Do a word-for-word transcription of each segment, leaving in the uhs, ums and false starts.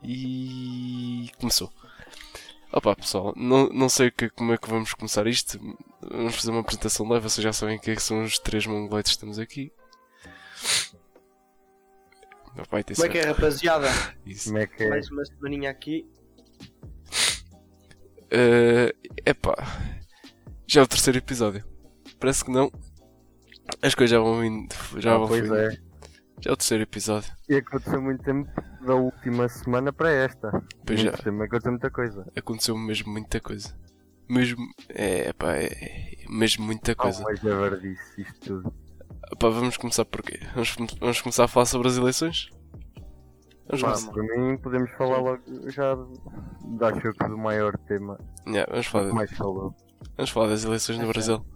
E começou. Opa pessoal, não, não sei que, como é que vamos começar isto. Vamos fazer uma apresentação leve, vocês já sabem que, é que são os três mongoletes que estamos aqui. Opa, como é que é, rapaziada? Isso. Como é que é? Mais uma semaninha aqui. Uh, epá, já é o terceiro episódio. Parece que não. As coisas já vão indo. Já Ah, vão pois fluindo. é. Já é o terceiro episódio. E aconteceu muito tempo da última semana para esta. Pois muito já. tempo, aconteceu muita coisa. Aconteceu mesmo muita coisa. Mesmo. É, epá, é, é mesmo muita coisa. Oh, mas é verdade isto tudo. Epá, vamos começar por quê? Vamos, vamos começar a falar sobre as eleições? Vamos Pá, começar. por mim podemos falar logo já de- acho que do maior tema Yeah, vamos, falar, que mais falou. vamos falar das eleições no Brasil.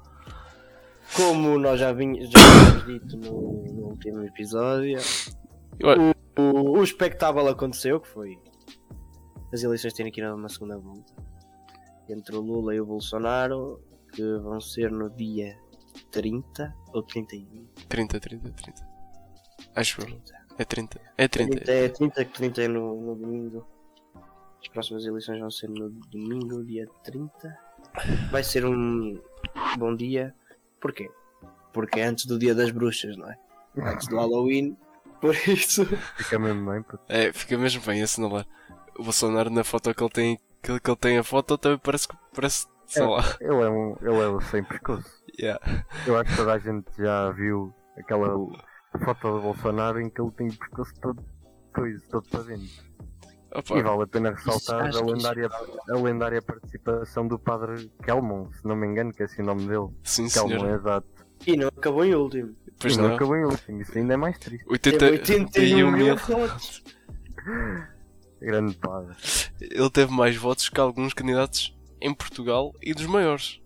Como nós já vínhamos já tínhamos dito no, no último episódio, Eu, o, o espectável aconteceu, que foi as eleições terem que ir a uma segunda volta entre o Lula e o Bolsonaro, que vão ser no dia trinta ou trinta e um. trinta, trinta, trinta. Acho eu. trinta. É trinta. É trinta. trinta é trinta, que trinta é no, no domingo. As próximas eleições vão ser no domingo, dia trinta. Vai ser um bom dia. Porquê? Porque é antes do dia das bruxas, não é? Antes do Halloween. Por isso. Fica mesmo bem, puto. É, fica mesmo bem assinalar. O Bolsonaro na foto que ele tem, que, que ele tem a foto também parece que parece, sei lá. Ele é um, ele é o sem pescoço. Yeah. Eu acho que toda a gente já viu aquela foto do Bolsonaro em que ele tem o pescoço todo coisa, todo para dentro. Opa, E vale a pena ressaltar Isso, a acho que lendária, a lendária participação do padre Kelmon, se não me engano, que é assim o nome dele. sim Kelmon, senhor. exato. E não acabou em último. Pois e não não. acabou em último, isso ainda é mais triste. oitenta, Teve oitenta e um mil mil. votos. Grande padre. Ele teve mais votos que alguns candidatos em Portugal e dos maiores.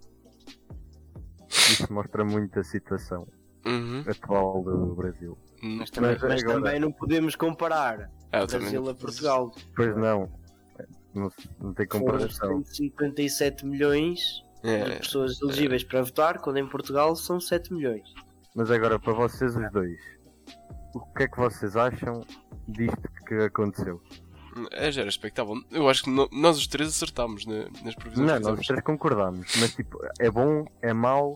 Isso mostra muito a situação Uhum. atual do Brasil. Hum. Mas também, Mas mas agora- também não podemos comparar Ah, eu também Brasil não- a Portugal. Pois não, não, não tem Foram comparação. cento e cinquenta e sete milhões de É, pessoas elegíveis para votar, quando em Portugal são sete milhões. Mas agora, para vocês os dois, o que é que vocês acham disto que aconteceu? é, já era expectável. Eu acho que no- nós os três acertámos na- nas previsões Não, que nós fizemos. três concordamos, mas tipo, é bom, é mau,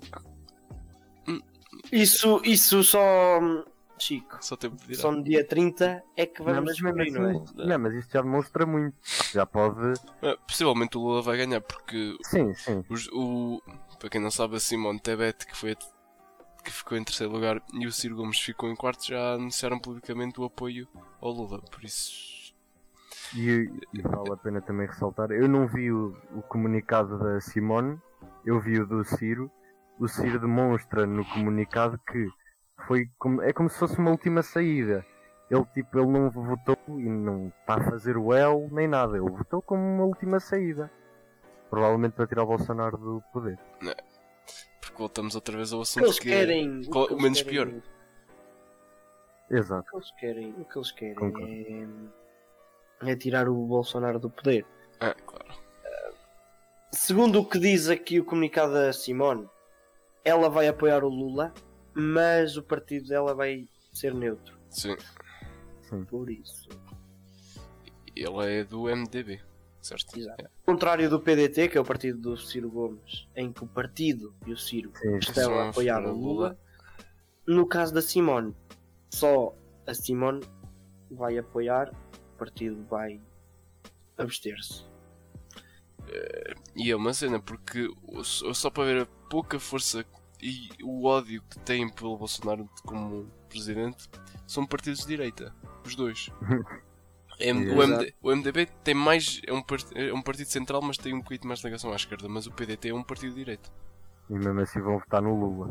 Isso, isso só. Chico, Só tempo de só no dia trinta é que não, vamos mas mesmo descobrir, não é? assim, não, mas isto já demonstra muito. Já pode. Ah, possivelmente o Lula vai ganhar porque Sim, sim. os- o, para quem não sabe, a Simone Tebet, que, foi a- que ficou em terceiro lugar, e o Ciro Gomes ficou em quarto, já anunciaram publicamente o apoio ao Lula. Por isso, E, e vale a pena também ressaltar, eu não vi o, o comunicado da Simone, eu vi o do Ciro. O Ciro demonstra no comunicado que foi como, é como se fosse uma última saída. Ele tipo, ele não votou e não está a fazer o L nem nada, ele votou como uma última saída. Provavelmente para tirar o Bolsonaro do poder. porque voltamos outra vez ao O que assunto eles que querem. qual- o que o eles menos querem- pior. Exato. O que eles querem, o que eles querem Concordo. é, é tirar o Bolsonaro do poder. Ah, claro. Segundo o que diz aqui o comunicado da Simone, ela vai apoiar o Lula, mas o partido dela vai ser neutro. Sim, Por isso. ele é do M D B, certo? Exato. Ao contrário do P D T, que é o partido do Ciro Gomes, em que o partido e o Ciro Sim, estão São a apoiar a o Lula. No caso da Simone, só a Simone vai apoiar, o partido vai abster-se. E é uma cena, porque o- só para ver a pouca força e o ódio que têm pelo Bolsonaro como presidente, são partidos de direita, os dois. M- o, M D, o M D B tem mais, é um, part- é um partido central, mas tem um bocadinho mais ligação à esquerda, mas o P D T é um partido de direita. E mesmo assim vão votar no Lula.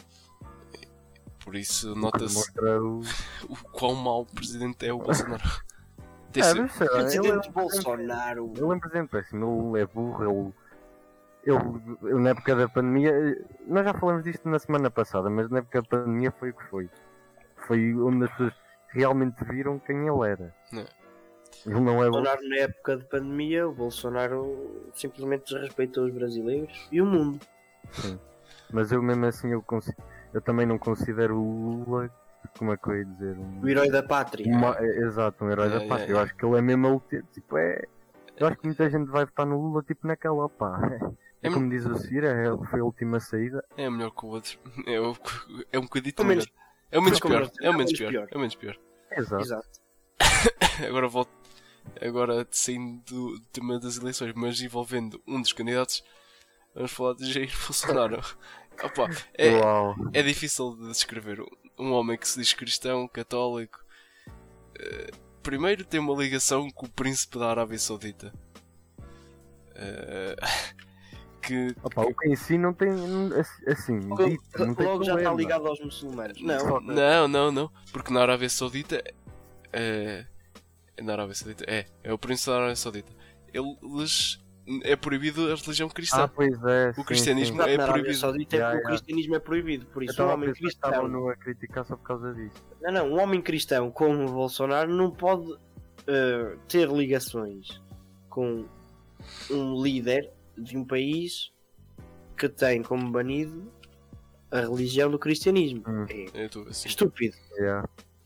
Por isso O que nota-se demonstra o. o quão mau presidente é o Bolsonaro. Tem É, sido- mas sei lá, O ele é presidente um presidente- Bolsonaro. Ele é um presidente péssimo, ele é burro, ele, ele, ele na época da pandemia, nós já falamos disto na semana passada, mas na época da pandemia foi o que foi. Foi onde as pessoas realmente viram quem ele era. Não. Ele não é bom. Bolsonaro, na época de pandemia, o Bolsonaro simplesmente desrespeitou os brasileiros e o mundo. Mas eu mesmo assim eu, consi- eu também não considero o Lula como é que eu ia dizer? Um, O herói da pátria. uma- é, exato, um herói Yeah, da yeah, pátria. Eu yeah. acho que ele é mesmo a lutar, tipo, é. Eu acho que muita gente vai votar no Lula, tipo, naquela, pá. É, É como diz o Ciro, é, foi a última saída. É melhor que o outro. É, o- é um bocadinho Ao menos- melhor. É o menos Como pior. nós- É o menos é o pior. pior. É o menos pior. Exato. Exato. Agora volto. Agora saindo do tema das eleições, mas envolvendo um dos candidatos, vamos falar de Jair Bolsonaro. Opa, é, Uau. é difícil de descrever um homem que se diz cristão, católico. eh, primeiro tem uma ligação com o príncipe da Arábia Saudita. Eh, que Opa, o que em si não tem, não- assim, Logo, dito, não tem logo já está problema. ligado aos muçulmanos. Não, Só- Não, não, não. Porque na Arábia Saudita. É, é na Arábia Saudita? É, é o príncipe da Arábia Saudita. Eles. É proibido a religião cristã. Ah, pois é. O sim, cristianismo sim. é na Arábia proibido. Saudita Yeah, o yeah. cristianismo é proibido. Por Eu isso, um estava a homem pensar que cristão. estavam a criticar só por causa disso. Não, não. Um homem cristão como o Bolsonaro não pode eh, ter ligações com um líder de um país que tem como banido a religião do cristianismo. Hum. É Eu estou assim. estúpido. Yeah.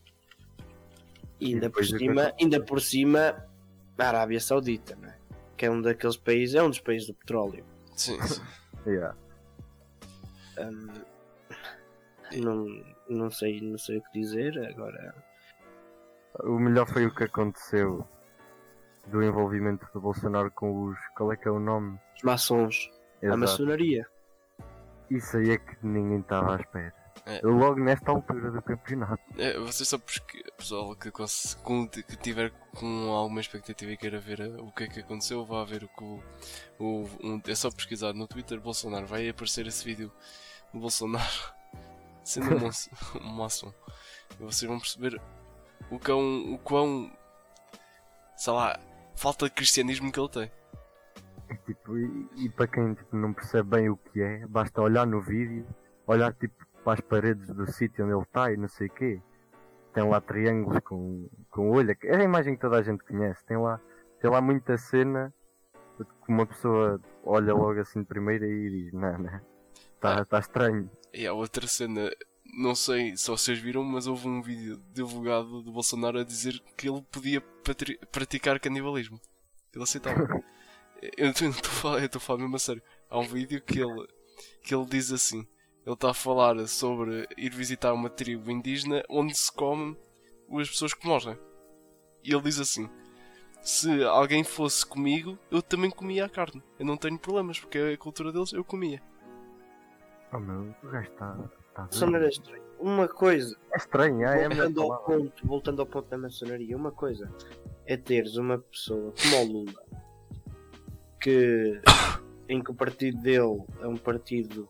E ainda E por depois o que cima, ainda por cima, a Arábia Saudita, não é? Que é um daqueles países, é um dos países do petróleo. Sim, sim. Yeah. Hum, não, não sei, não sei o que dizer agora. O melhor foi o que aconteceu do envolvimento do Bolsonaro com os. Qual é que é o nome? Os maçons, a Exato. maçonaria. Isso aí é que ninguém estava à espera. É. Eu logo nesta altura do campeonato. É, vocês sabem porque pessoal que, cons- com- que tiver com alguma expectativa e queira ver uh, o que é que aconteceu, vá ver o que o, o- um- é só pesquisar no Twitter Bolsonaro, vai aparecer esse vídeo do Bolsonaro sendo um, maço- um maçom. E vocês vão perceber o quão, o quão, sei lá, falta de cristianismo que ele tem. Tipo, e, e para quem tipo, não percebe bem o que é, basta olhar no vídeo, olhar tipo para as paredes do sítio onde ele está e não sei o quê. Tem lá triângulos com, com olho. É a imagem que toda a gente conhece. Tem lá, tem lá muita cena que uma pessoa olha logo assim de primeira e diz, não, não, está tá estranho. E a outra cena, não sei se vocês viram, mas houve um vídeo divulgado do Bolsonaro a dizer que ele podia patri- praticar canibalismo. Ele aceitava. Eu não estou a falar, eu estou a falar mesmo a sério. Há um vídeo que ele, que ele diz assim: ele está a falar sobre ir visitar uma tribo indígena onde se comem as pessoas que morrem. E ele diz assim: se alguém fosse comigo, eu também comia a carne. Eu não tenho problemas, porque é a cultura deles, eu comia. Oh meu, o gajo está. Tá Maçonaria é estranho. Uma coisa, é estranho, é, é a melhor voltando ao, palavra. ponto, voltando ao ponto da maçonaria, uma coisa é teres uma pessoa como o Lula, que, em que o partido dele é um partido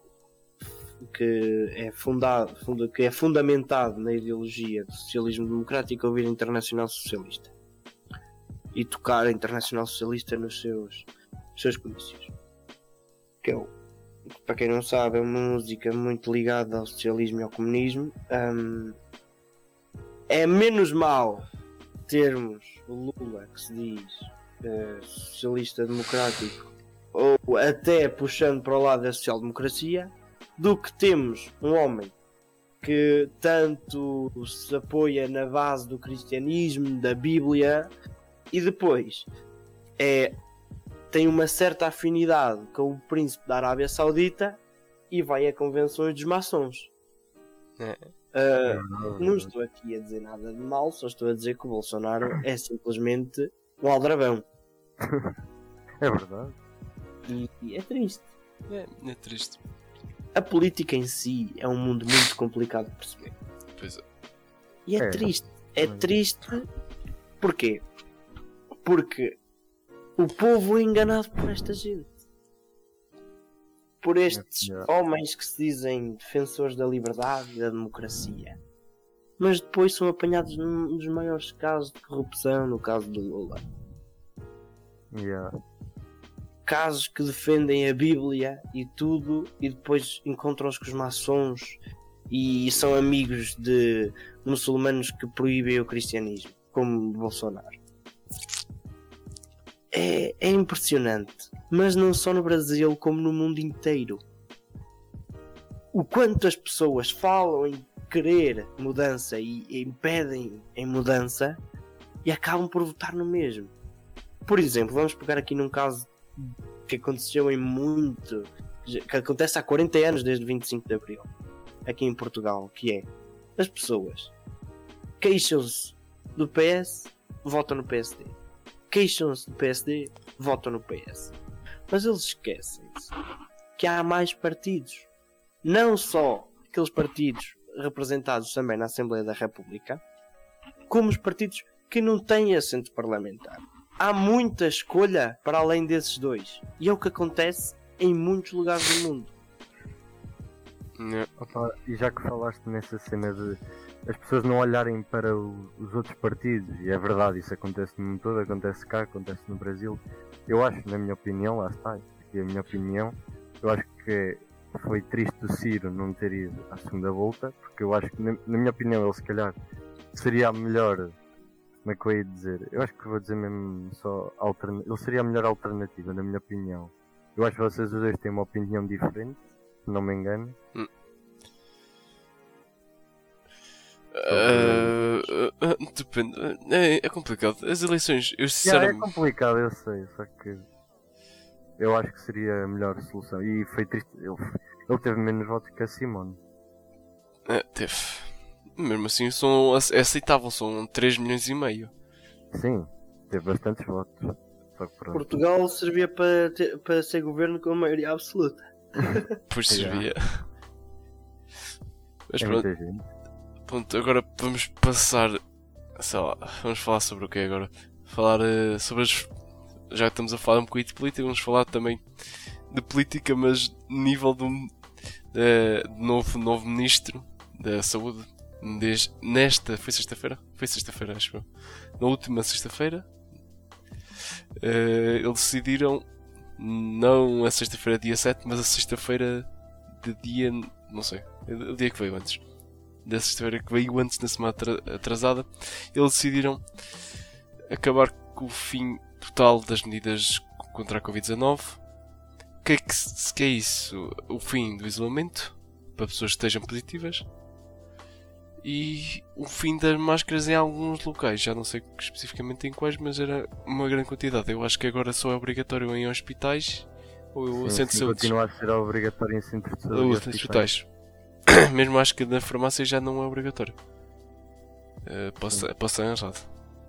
que é fundado, funda, que é fundamentado na ideologia do socialismo democrático, ouvir a Internacional Socialista e tocar a Internacional Socialista nos seus, nos seus comícios. Que é, o- para quem não sabe, é uma música muito ligada ao socialismo e ao comunismo. Hum, é menos mal termos o Lula, que se diz eh, socialista democrático, ou até puxando para o lado da social-democracia, do que temos um homem que tanto se apoia na base do cristianismo, da Bíblia, e depois é, tem uma certa afinidade com o príncipe da Arábia Saudita e vai a convenções dos maçons. É. Ah, não estou aqui a dizer nada de mal, só estou a dizer que o Bolsonaro é simplesmente um aldrabão. É verdade. E, e é triste. É, é triste. A política em si é um mundo muito complicado de perceber. Pois é. E é, É. triste. É triste. Porquê? Porque o povo é enganado por esta gente. Por estes É. homens que se dizem defensores da liberdade e da democracia. Mas depois são apanhados num dos maiores casos de corrupção, no caso do Lula. Yeah. Casos que defendem a Bíblia e tudo, e depois encontram-se com os maçons e são amigos de muçulmanos que proíbem o cristianismo, como Bolsonaro. É, é impressionante, mas não só no Brasil, como no mundo inteiro. O quanto as pessoas falam em querer mudança e, e impedem a mudança e acabam por votar no mesmo. Por exemplo, vamos pegar aqui num caso que aconteceu em muito... que acontece há quarenta anos desde vinte e cinco de Abril, aqui em Portugal, que é as pessoas queixam-se do P S, votam no P S D. Queixam-se do P S D, votam no P S. Mas eles esquecem-se que há mais partidos. Não só aqueles partidos representados também na Assembleia da República, como os partidos que não têm assento parlamentar. Há muita escolha para além desses dois. E é o que acontece em muitos lugares do mundo. Yeah. Opa, e já que falaste nessa cena de as pessoas não olharem para o, os outros partidos, e é verdade, isso acontece no mundo todo, acontece cá, acontece no Brasil. Eu acho, na minha opinião, lá está, aqui é a minha opinião, eu acho que foi triste o Ciro não ter ido à segunda volta, porque eu acho que, na, na minha opinião, ele se calhar seria a melhor, como é que eu ia dizer? Eu acho que vou dizer mesmo só alternativa, ele seria a melhor alternativa, na minha opinião. Eu acho que vocês os dois têm uma opinião diferente, se não me engano. Hum. Uh, uh, depende. É, é complicado. As eleições, eu sinceramente. Yeah, é complicado, eu sei, só que eu acho que seria a melhor solução. E foi triste, ele, ele teve menos votos que a Simone. É, teve. Mesmo assim, são, é aceitável, são três milhões e meio. Sim, teve bastantes votos. Só que pronto. Portugal servia para, ter, para ser governo com a maioria absoluta. Pois servia. Mas É pronto. muita gente. Pronto, agora vamos passar, sei lá, vamos falar sobre o que agora? Falar uh, sobre as... Já que estamos a falar um bocadinho de política, vamos falar também de política, mas nível do uh, novo, novo Ministro da Saúde. Desde, nesta, foi sexta-feira? Foi sexta-feira, acho eu. Na última sexta-feira, uh, eles decidiram, não a sexta-feira dia sete, mas a sexta-feira de dia, não sei, o dia que veio antes. Da sexta-feira que veio antes da semana atrasada, eles decidiram acabar com o fim total das medidas contra a covid dezanove. O que é, que, que é isso? O fim do isolamento para pessoas que estejam positivas e o fim das máscaras em alguns locais. Já não sei especificamente em quais, mas era uma grande quantidade. Eu acho que agora só é obrigatório em hospitais ou centros de saúde. Continua a ser obrigatório em centros de saúde Ou e hospitais. hospitais. Mesmo acho que na farmácia já não é obrigatório. Uh, posso, posso estar errado.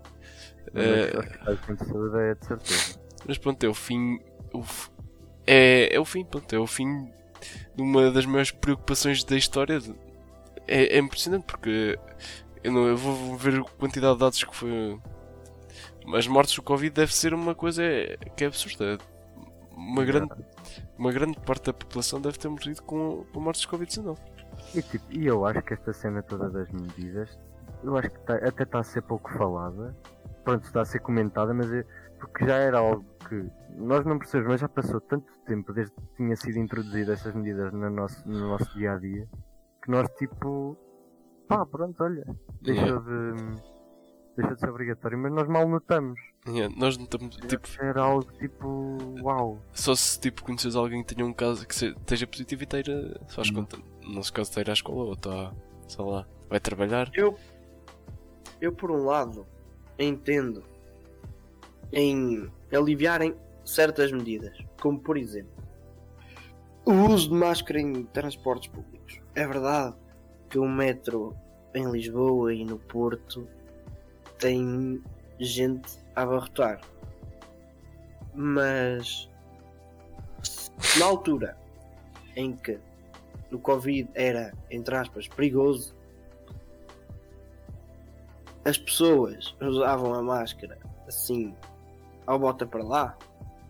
Mas uh, de saúde é de certeza. Mas pronto, é o fim. O f... é, é o fim, pronto, é o fim de uma das maiores preocupações da história. É, é impressionante porque eu, não, eu vou ver a quantidade de dados que foi. As mortes do Covid deve ser uma coisa que é absurda. Uma grande, uma grande parte da população deve ter morrido com, com mortes de covid dezanove. E, tipo, e eu acho que esta cena toda das medidas, eu acho que tá, até está a ser pouco falada, pronto, está a ser comentada, mas é, porque já era algo que nós não percebemos, mas já passou tanto tempo desde que tinha sido introduzida essas medidas no nosso, no nosso dia a dia, que nós tipo, pá, pronto, olha, deixou Yeah. de deixou de ser obrigatório, mas nós mal notamos. Yeah, nós não estamos, tipo, Era algo tipo, uau. só se tipo, conheces alguém que tenha um caso que se- esteja positivo e esteja, se faz Hum. conta, no nosso caso, está a ir à escola ou está, sei lá, vai trabalhar. Eu, eu por um lado, entendo em aliviarem certas medidas, como por exemplo, o uso de máscara em transportes públicos. É verdade que o metro em Lisboa e no Porto tem gente a abarrotar, mas na altura em que o Covid era, entre aspas, perigoso, as pessoas usavam a máscara assim, ao bota para lá.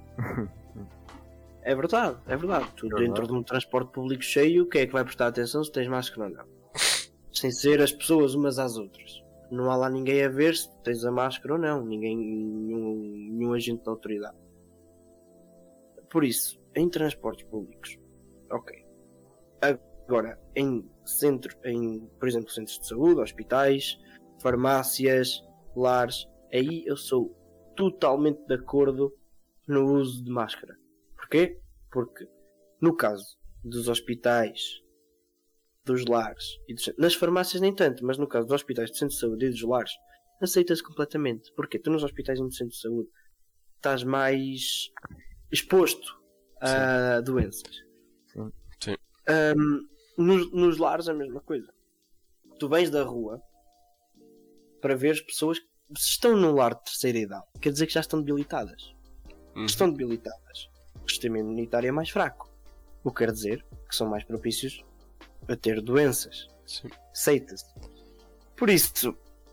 É verdade, é verdade. Tu Verdade. dentro de um transporte público cheio, quem é que vai prestar atenção se tens máscara ou não? Sem ser as pessoas umas às outras. Não há lá ninguém a ver se tens a máscara ou não. Ninguém, nenhum, nenhum agente da autoridade. Por isso, em transportes públicos, ok. Agora, em centro, em, por exemplo, centros de saúde, hospitais, farmácias, lares, aí eu sou totalmente de acordo no uso de máscara. Porquê? Porque, no caso dos hospitais, dos lares e dos... nas farmácias nem tanto, mas no caso dos hospitais de centro de saúde e dos lares, aceita-se completamente. Porque tu nos hospitais e no centro de saúde estás mais exposto a Sim. doenças. Sim. Sim. Um, nos, nos lares a mesma coisa. Tu vens da rua para ver as pessoas que se estão no lar de terceira idade, quer dizer que já estão debilitadas. Uhum. Estão debilitadas. O sistema imunitário é mais fraco. O que quer dizer que são mais propícios a ter doenças. Sim. Aceita-se. Por isso,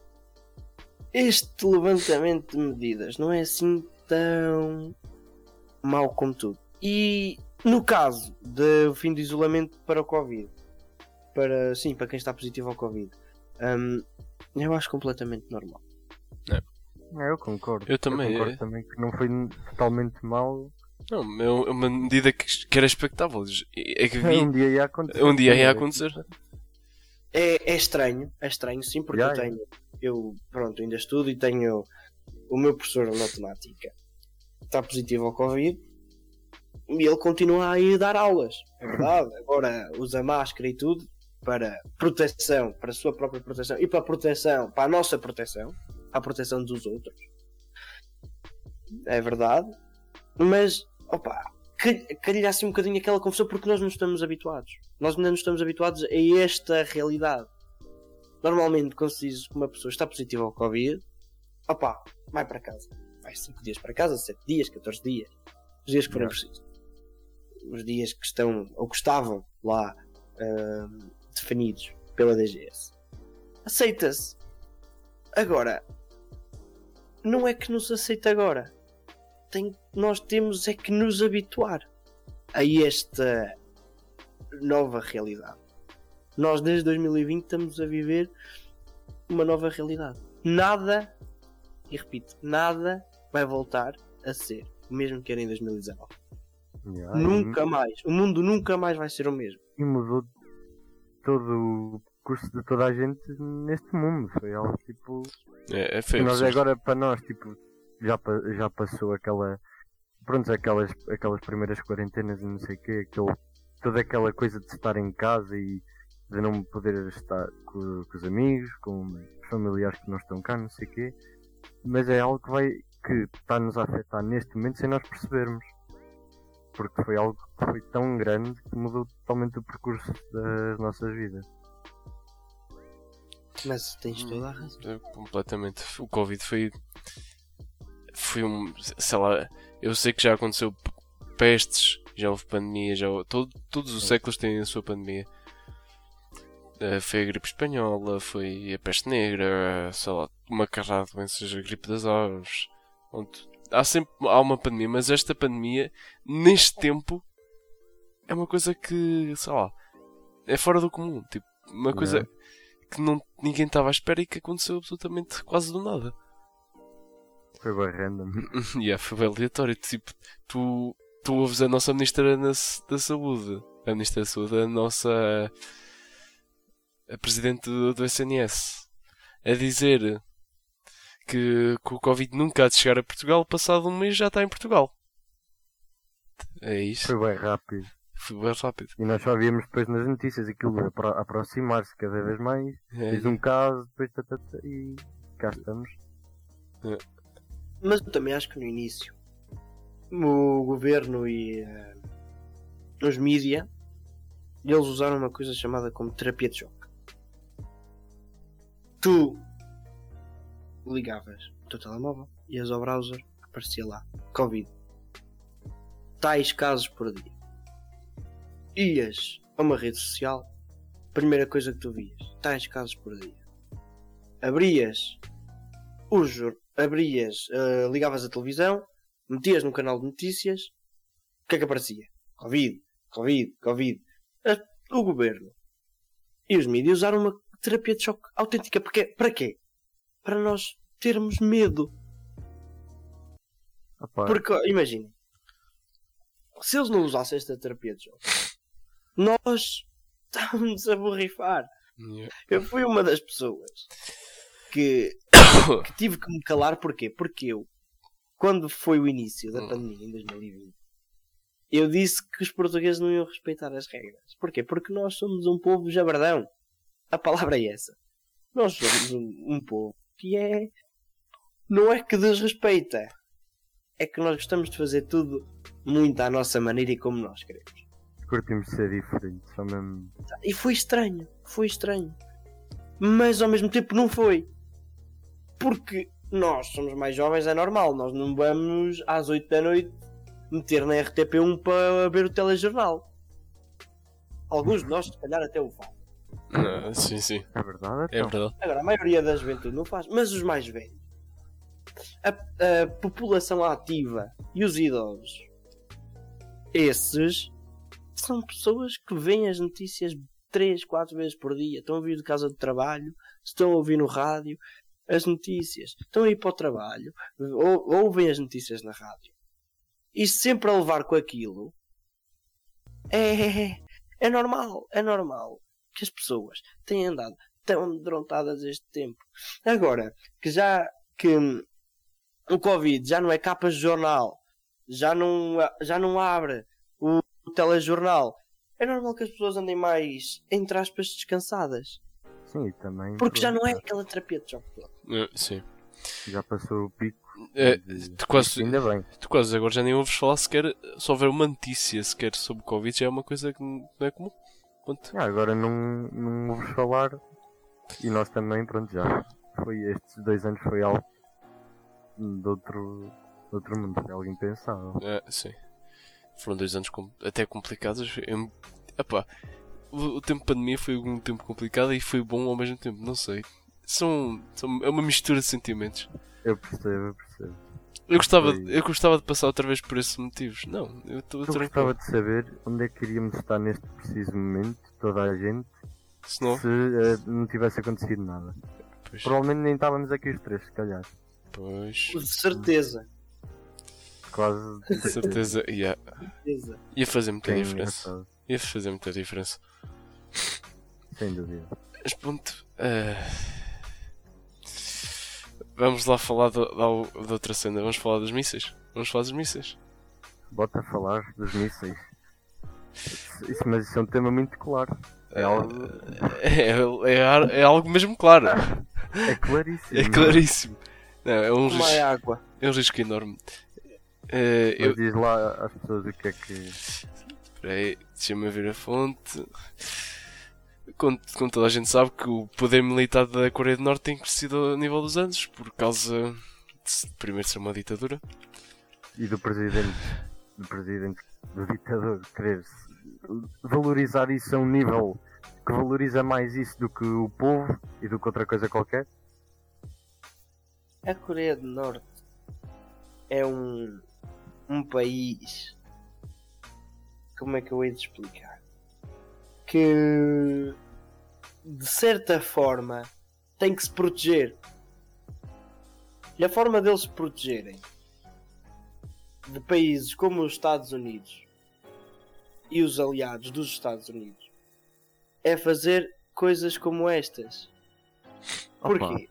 este levantamento de medidas não é assim tão mau como tudo. E no caso do fim do isolamento para o Covid, para, sim, para quem está positivo ao Covid, hum, eu acho completamente normal. É. É, eu concordo. Eu também. Eu concordo é. também que não foi totalmente mal. Não, é uma medida que, que era expectável. É que vi... um dia ia acontecer. Um dia ia acontecer. É, é estranho, é estranho sim, porque Já, eu tenho, eu pronto, ainda estudo e tenho o meu professor de matemática está positivo ao Covid e ele continua a ir dar aulas, é verdade, agora usa máscara e tudo para proteção, para a sua própria proteção e para a proteção, para a nossa proteção, para a proteção dos outros, é verdade, mas opa, calha assim um bocadinho aquela confusão porque nós não estamos habituados. Nós ainda não estamos habituados a esta realidade. Normalmente, quando se diz que uma pessoa está positiva ao Covid, opá, vai para casa. Vai cinco dias para casa, sete dias, catorze dias. Os dias que forem precisos. Os dias que estão, ou que estavam lá uh, definidos pela D G S. Aceita-se. Agora, não é que nos aceita agora. Tem, nós temos é que nos habituar a esta nova realidade. Nós desde dois mil e vinte estamos a viver uma nova realidade. Nada, e repito, nada vai voltar a ser o mesmo que era em dois mil e dezanove. Yeah, nunca e... mais. O mundo nunca mais vai ser o mesmo. E mudou todo o curso de toda a gente neste mundo. Foi algo tipo... É, é feio. Nós agora, para nós, tipo... Já, já passou aquela pronto, aquelas, aquelas primeiras quarentenas e não sei o quê, aquele, toda aquela coisa de estar em casa e de não poder estar com, com os amigos, com os familiares que não estão cá, não sei o quê, mas é algo que vai que está-nos a afetar neste momento sem nós percebermos, porque foi algo que foi tão grande que mudou totalmente o percurso das nossas vidas. Mas tens toda a razão. Completamente. O Covid foi foi um, sei lá, eu sei que já aconteceu pestes, já houve pandemia, já houve, todo, todos os séculos têm a sua pandemia. Uh, foi a gripe espanhola, foi a peste negra, sei lá, uma carrada de doenças, a gripe das aves. Onde há sempre há uma pandemia, mas esta pandemia, neste tempo, é uma coisa que, sei lá, é fora do comum. Tipo, uma coisa não. que não, ninguém estava à espera e que aconteceu absolutamente quase do nada. Foi bem random. Yeah, foi bem aleatório. Tipo, tu, tu ouves a nossa Ministra na, da Saúde, a Ministra da Saúde, a nossa a Presidente do, do S N S, a dizer que, que o Covid nunca há de chegar a Portugal, passado um mês já está em Portugal. É isso. Foi bem rápido. Foi bem rápido. E nós só víamos depois nas notícias aquilo a apro- aproximar-se cada vez mais. É. Fiz um caso, depois tatata, e cá estamos. É. Mas eu também acho que no início o governo e uh, os mídia eles usaram uma coisa chamada como terapia de choque. Tu ligavas o teu telemóvel, ias ao browser, aparecia lá Covid, tais casos por dia. Ias a uma rede social, primeira coisa que tu vias, tais casos por dia. Abrias o jor- abrias, uh, ligavas a televisão, metias no canal de notícias, o que é que aparecia? Covid, Covid, Covid. Uh, o governo e os mídias usaram uma terapia de choque autêntica. Porque, para quê? Para nós termos medo. Opa. Porque, imaginem, se eles não usassem esta terapia de choque, nós estávamos a borrifar. Yeah. Eu fui uma das pessoas que, que tive que me calar. Porquê? Porque eu, quando foi o início da pandemia em dois mil e vinte, Eu disse que os portugueses não iam respeitar as regras. Porquê? Porque nós somos um povo jabardão. A palavra é essa. Nós somos um, um povo que é... Não é que desrespeita. É que nós gostamos de fazer tudo muito à nossa maneira e como nós queremos. Curtimos ser diferentes, só mesmo. E foi estranho. Foi estranho. Mas ao mesmo tempo não foi. Porque nós somos mais jovens, é normal. Nós não vamos às oito da noite meter na R T P um para ver o telejornal. Alguns de nós, se calhar, até o fazem. Ah, sim, sim. É verdade? É então? verdade. Agora, a maioria da juventude não faz. Mas os mais velhos, a, a população ativa e os idosos, esses são pessoas que veem as notícias três, quatro vezes por dia. Estão a ouvir de casa de trabalho, estão a ouvir no rádio as notícias, estão a ir para o trabalho, ou, ouvem as notícias na rádio. E sempre a levar com aquilo, é, é normal, é normal que as pessoas tenham andado tão amedrontadas este tempo. Agora, que já que o Covid já não é capas de jornal, já não, já não abre o, o telejornal, é normal que as pessoas andem mais, entre aspas, descansadas. Sim, também. Porque já não é pronto, aquela terapia de choque todo. Ah, sim. Já passou o pico. É, de- tu quase- Ainda bem. Tu quase agora já nem ouves falar sequer. Se houver uma notícia sequer sobre Covid, já é uma coisa que não é comum. Ponto. Ah, agora não, não ouves falar. E nós também, pronto, já. Foi, estes dois anos foi algo de outro, de outro mundo. Foi algo impensável. É, sim. Foram dois anos com- até complicados. Eu, epá, o, o tempo de pandemia foi um tempo complicado e foi bom ao mesmo tempo. Não sei. São, são, é uma mistura de sentimentos. Eu percebo, eu percebo. Eu gostava, Foi- eu gostava de passar outra vez por esses motivos. Não, eu estou Eu tranquilo. gostava de saber onde é que iríamos estar neste preciso momento, toda a gente, Se não, se eh, não tivesse acontecido nada. pois, Provavelmente nem estávamos aqui os três, se calhar. pois, De certeza. Quase. de certeza, ia, certeza. ia fazer muita Sim, diferença. engraçado. Ia fazer muita diferença. Sem dúvida. Mas pronto, eh, vamos lá falar da, da, da outra cena. Vamos falar dos mísseis. Vamos falar dos mísseis. Bota a falar dos mísseis. Isso, mas isso é um tema muito claro. É algo. É, é, ar- é algo mesmo claro. É claríssimo. É claríssimo. Não, é, um Como é risco, água. é um risco enorme. Eh, eu, Mas diz lá às pessoas o que é que. Espera aí, deixa-me ver a fonte. Como, como toda a gente sabe que o poder militar da Coreia do Norte tem crescido ao nível dos anos por causa de primeiro ser uma ditadura. E do presidente. Do presidente. Do ditador querer valorizar isso a um nível que valoriza mais isso do que o povo e do que outra coisa qualquer. A Coreia do Norte é um, um país. Como é que eu hei de explicar? Que de certa forma tem que se proteger. E a forma deles se protegerem de países como os Estados Unidos e os aliados dos Estados Unidos é fazer coisas como estas. Porquê?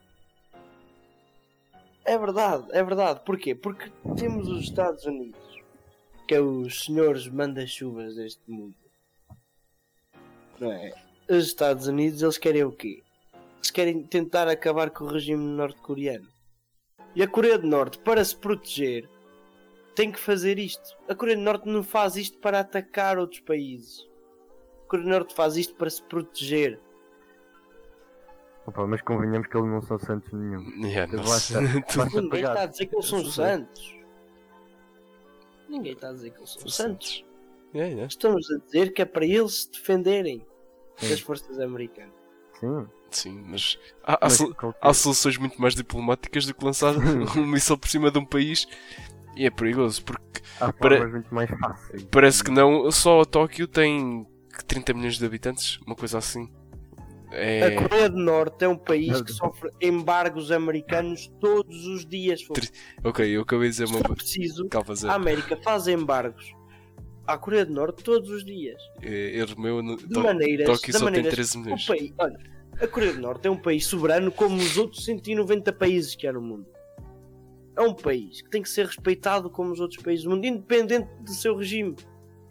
É verdade, é verdade. Porquê? Porque temos os Estados Unidos, que é os senhores manda-chuvas deste mundo. Não é? Os Estados Unidos, eles querem o quê? Eles querem tentar acabar com o regime norte-coreano. E a Coreia do Norte, para se proteger, tem que fazer isto. A Coreia do Norte não faz isto para atacar outros países. A Coreia do Norte faz isto para se proteger. Opa, mas convenhamos que eles não são santos nenhum. Yeah, Eu nossa, gosto. tu- Basta Ninguém pagar. está a dizer que eles são Eu sei. santos. Ninguém está a dizer que eles são São santos. Yeah, yeah. Estamos a dizer que é para eles se defenderem Sim. das forças americanas. Sim. Sim, mas há, há, Mas sol- qualquer- há soluções muito mais diplomáticas do que lançar um míssil por cima de um país. E é perigoso porque há para- formas muito mais fáceis. parece que não. Só Tóquio tem trinta milhões de habitantes, uma coisa assim. É. A Coreia do Norte é um país que sofre embargos americanos todos os dias. Foi. Tri- Ok, eu acabei de dizer Se uma. for preciso, Calma, Zé. a América faz embargos à Coreia do Norte todos os dias. É, erro meu. no- De Tó- maneiras, Tóquio de só tem maneiras treze que o milhões. país, olha, a Coreia do Norte é um país soberano como os outros cento e noventa países que há no mundo. É um país que tem que ser respeitado como os outros países do mundo, independente do seu regime.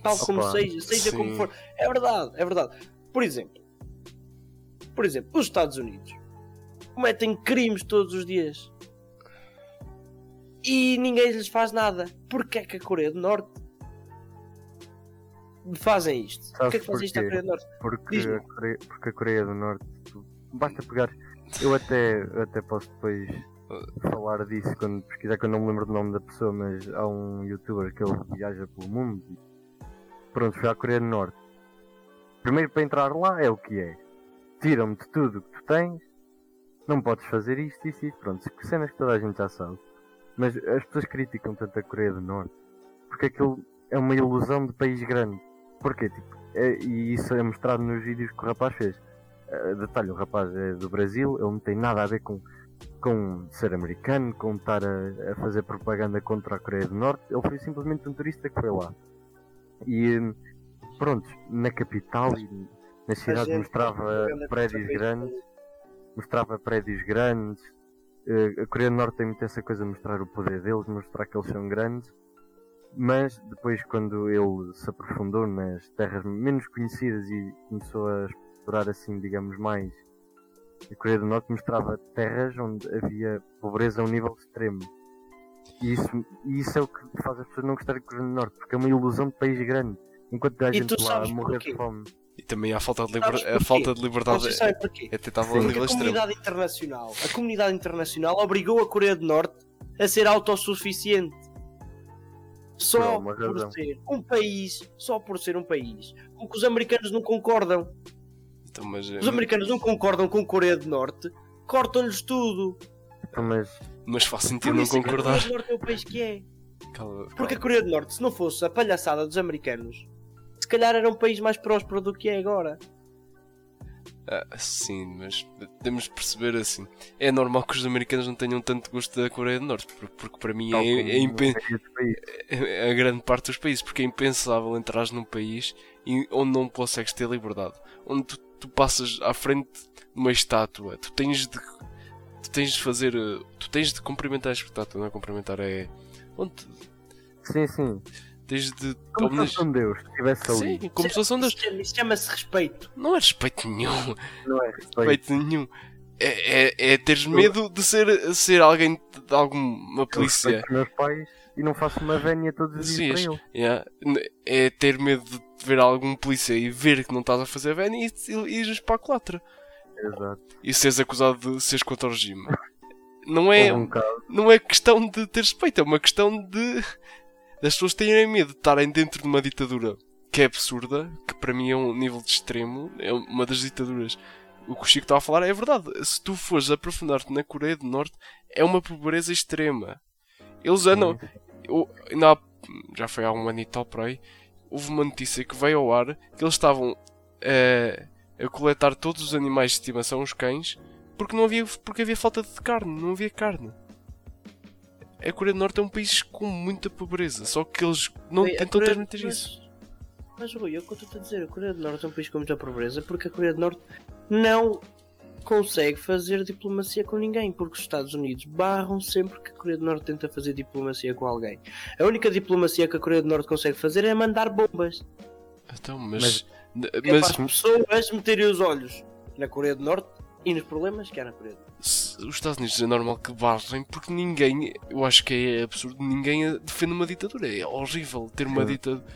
tal como Opa, seja, seja sim. como for. É verdade, é verdade. Por exemplo, por exemplo, os Estados Unidos cometem crimes todos os dias e ninguém lhes faz nada. Porquê é que a Coreia do Norte fazem isto? Sabes Porquê é que fazem isto à porquê? Coreia do Norte? Porque Diz-me. a, Coreia, porque a Coreia do Norte, tu- basta pegar. Eu até, eu até posso depois falar disso quando pesquisar, que eu não me lembro do nome da pessoa, mas há um youtuber que ele viaja pelo mundo. Pronto, foi à Coreia do Norte. Primeiro, para entrar lá é o que é: tiram-te tudo o que tu tens, não podes fazer isto, isto, isto. Pronto, cenas que toda a gente já sabe. Mas as pessoas criticam tanto a Coreia do Norte porque aquilo é uma ilusão de país grande. Porquê? Tipo, é, e isso é mostrado nos vídeos que o rapaz fez. Uh, detalhe, o rapaz é do Brasil, ele não tem nada a ver com, com ser americano, com estar a, a fazer propaganda contra a Coreia do Norte. Ele foi simplesmente um turista que foi lá. E um, pronto, na capital e nas cidades é mostrava propaganda prédios contra o grandes, mostrava prédios grandes. Uh, a Coreia do Norte tem muito essa coisa de mostrar o poder deles, mostrar que eles são grandes. Mas depois, quando ele se aprofundou nas terras menos conhecidas e começou a explorar assim, digamos, mais, a Coreia do Norte mostrava terras onde havia pobreza a um nível extremo. E isso, e isso é o que faz as pessoas não gostarem da Coreia do Norte, porque é uma ilusão de país grande, enquanto há E gente tu lá a sabes morrer porquê? de fome. E também há falta de, liber... Sabes a porquê? falta de liberdade Vocês sabem porquê? é tentável a Sim. nível Porque a extremo. comunidade internacional, a comunidade internacional obrigou a Coreia do Norte a ser autossuficiente. Por Só alguma por razão. ser um país, só por ser um país, com que os americanos não concordam. Então, mas, Os americanos não concordam com a Coreia do Norte, cortam-lhes tudo. Então, mas mas faz Por sentido não isso é que a concordar. Coreia do Norte é o país que é. Calma, Porque a calma. Coreia do Norte, se não fosse a palhaçada dos americanos, se calhar era um país mais próspero do que é agora. Ah, sim, mas temos de perceber assim. É normal que os americanos não tenham tanto gosto da Coreia do Norte, por- porque para mim tal é, como é, impen- na maioria dos países. é a grande parte dos países, porque é impensável entrares num país e- onde não consegues ter liberdade, onde tu, tu passas à frente de uma estátua, tu tens de tu tens de fazer, eh, tu tens de cumprimentar a estátua, não é cumprimentar, é onde tu Sim, sim. tens de Como se homenage- fosse um Deus que estivesse ali. Sim, como se fosse um Deus. Isso chama- Isso chama-se respeito. Não é respeito nenhum. Não é respeito. Respeito nenhum. É, é, é teres medo de ser, ser alguém de alguma Eu polícia. respeito os meus pais e não faço uma vénia todos os dias Sim, para eles. yeah. É ter medo de ver algum polícia e ver que não estás a fazer bem e, e, e ires para a colatra. Exato. E seres acusado de seres contra o regime. Não é, Houve um caso. não é questão de ter respeito, é uma questão de das pessoas terem medo de estarem dentro de uma ditadura que é absurda, que para mim é um nível de extremo, é uma das ditaduras. O que o Chico estava a falar é verdade. Se tu fores aprofundar-te na Coreia do Norte, é uma pobreza extrema. Eles andam. Eu, ainda há, já foi há um ano e tal por aí. Houve uma notícia que veio ao ar que eles estavam eh, a coletar todos os animais de estimação, os cães, porque, não havia, porque havia falta de carne, não havia carne. A Coreia do Norte é um país com muita pobreza, só que eles não Bem, a tentam Coreia- transmitir mas- isso. Mas Rui, é o que eu estou a dizer, a Coreia do Norte é um país com muita pobreza porque a Coreia do Norte não consegue fazer diplomacia com ninguém, porque os Estados Unidos barram sempre que a Coreia do Norte tenta fazer diplomacia com alguém. A única diplomacia que a Coreia do Norte consegue fazer é mandar bombas. Então, mas. Mas, É para as pessoas meterem os olhos na Coreia do Norte e nos problemas que há na Coreia do Norte. se- os Estados Unidos é normal que barrem porque ninguém. Eu acho que é absurdo, ninguém defende uma ditadura. É horrível ter uma Sim. ditadura.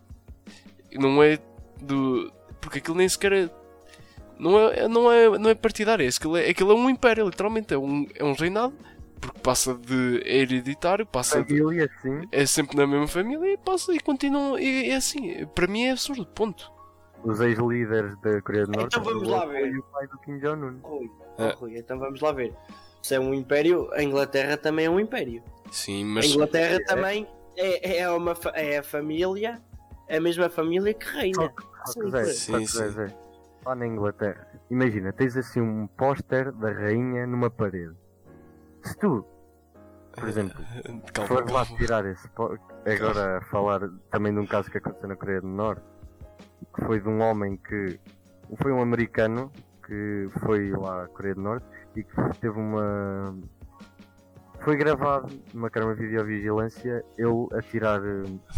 Não é do. Porque aquilo nem sequer é. Não é, não é, não é partidário, é, aquilo, é, aquilo é um império, literalmente. É um, é um reinado. Porque passa de. É hereditário, passa de. Família, sim. É sempre na mesma família e passa e continua. E é assim. Para mim é absurdo, ponto. Os ex-líderes da Coreia do Norte. Então vamos lá ver. E o pai do Kim Jong-un. Rui, É. oh, Rui, então vamos lá ver. Se é um império, a Inglaterra também é um império. Sim, A mas. Inglaterra também é, é, uma, fa- é a família, é a mesma família que reina. Só Sim, que Zé, Zé. só que Sim, Zé, sim. Zé, lá na Inglaterra, imagina, tens assim um póster da rainha numa parede. Se tu, por exemplo, Calma, fores lá calma. tirar esse póster, agora a falar também de um caso que aconteceu na Coreia do Norte, que foi de um homem que foi um americano que foi lá à Coreia do Norte e que teve uma. Foi gravado numa câmara de videovigilância ele a tirar eh,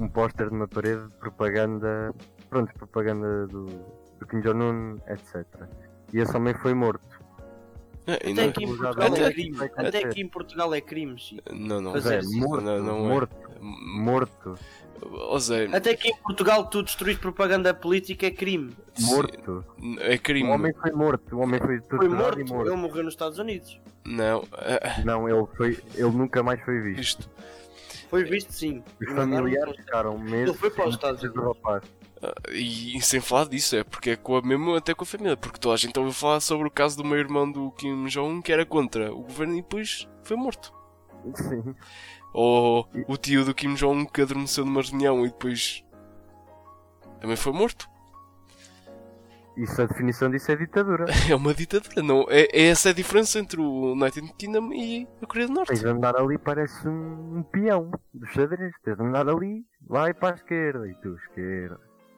um póster numa parede de propaganda, pronto, propaganda do, do Kim Jong-un, etcétera. E esse homem foi morto. É, e Até não- aqui em Até- Portugal é até- crime. até- Até aqui em Portugal é crime, Chico. Não, não. Fazer Zé, isso. morto, Não, não é. morto, M- morto, Ó Zé, Até aqui em Portugal tu destruís propaganda política é crime. morto. é O crime. homem foi morto, o homem foi Foi torturado morto, e morto. ele morreu nos Estados Unidos. Não, é- Não, ele, foi, ele nunca mais foi visto. isto. Foi visto sim. Os E mandaram- familiares ficaram meses Ele foi para os sem Estados notícias do Unidos. rapaz. Ah, E, e sem falar disso, é porque é com a, mesmo até com a família. Porque toda a gente ouviu falar sobre o caso do meu irmão do Kim Jong-un que era contra o governo e depois foi morto. Sim. Ou o tio do Kim Jong-un que adormeceu numa reunião e depois também foi morto. Isso, a definição disso é ditadura. É uma ditadura, não? É, é essa a diferença entre o United Kingdom e a Coreia do Norte. Tens de andar ali, parece um, um peão dos xadrez. Tens de andar ali, vai para a esquerda e tu, esquerda.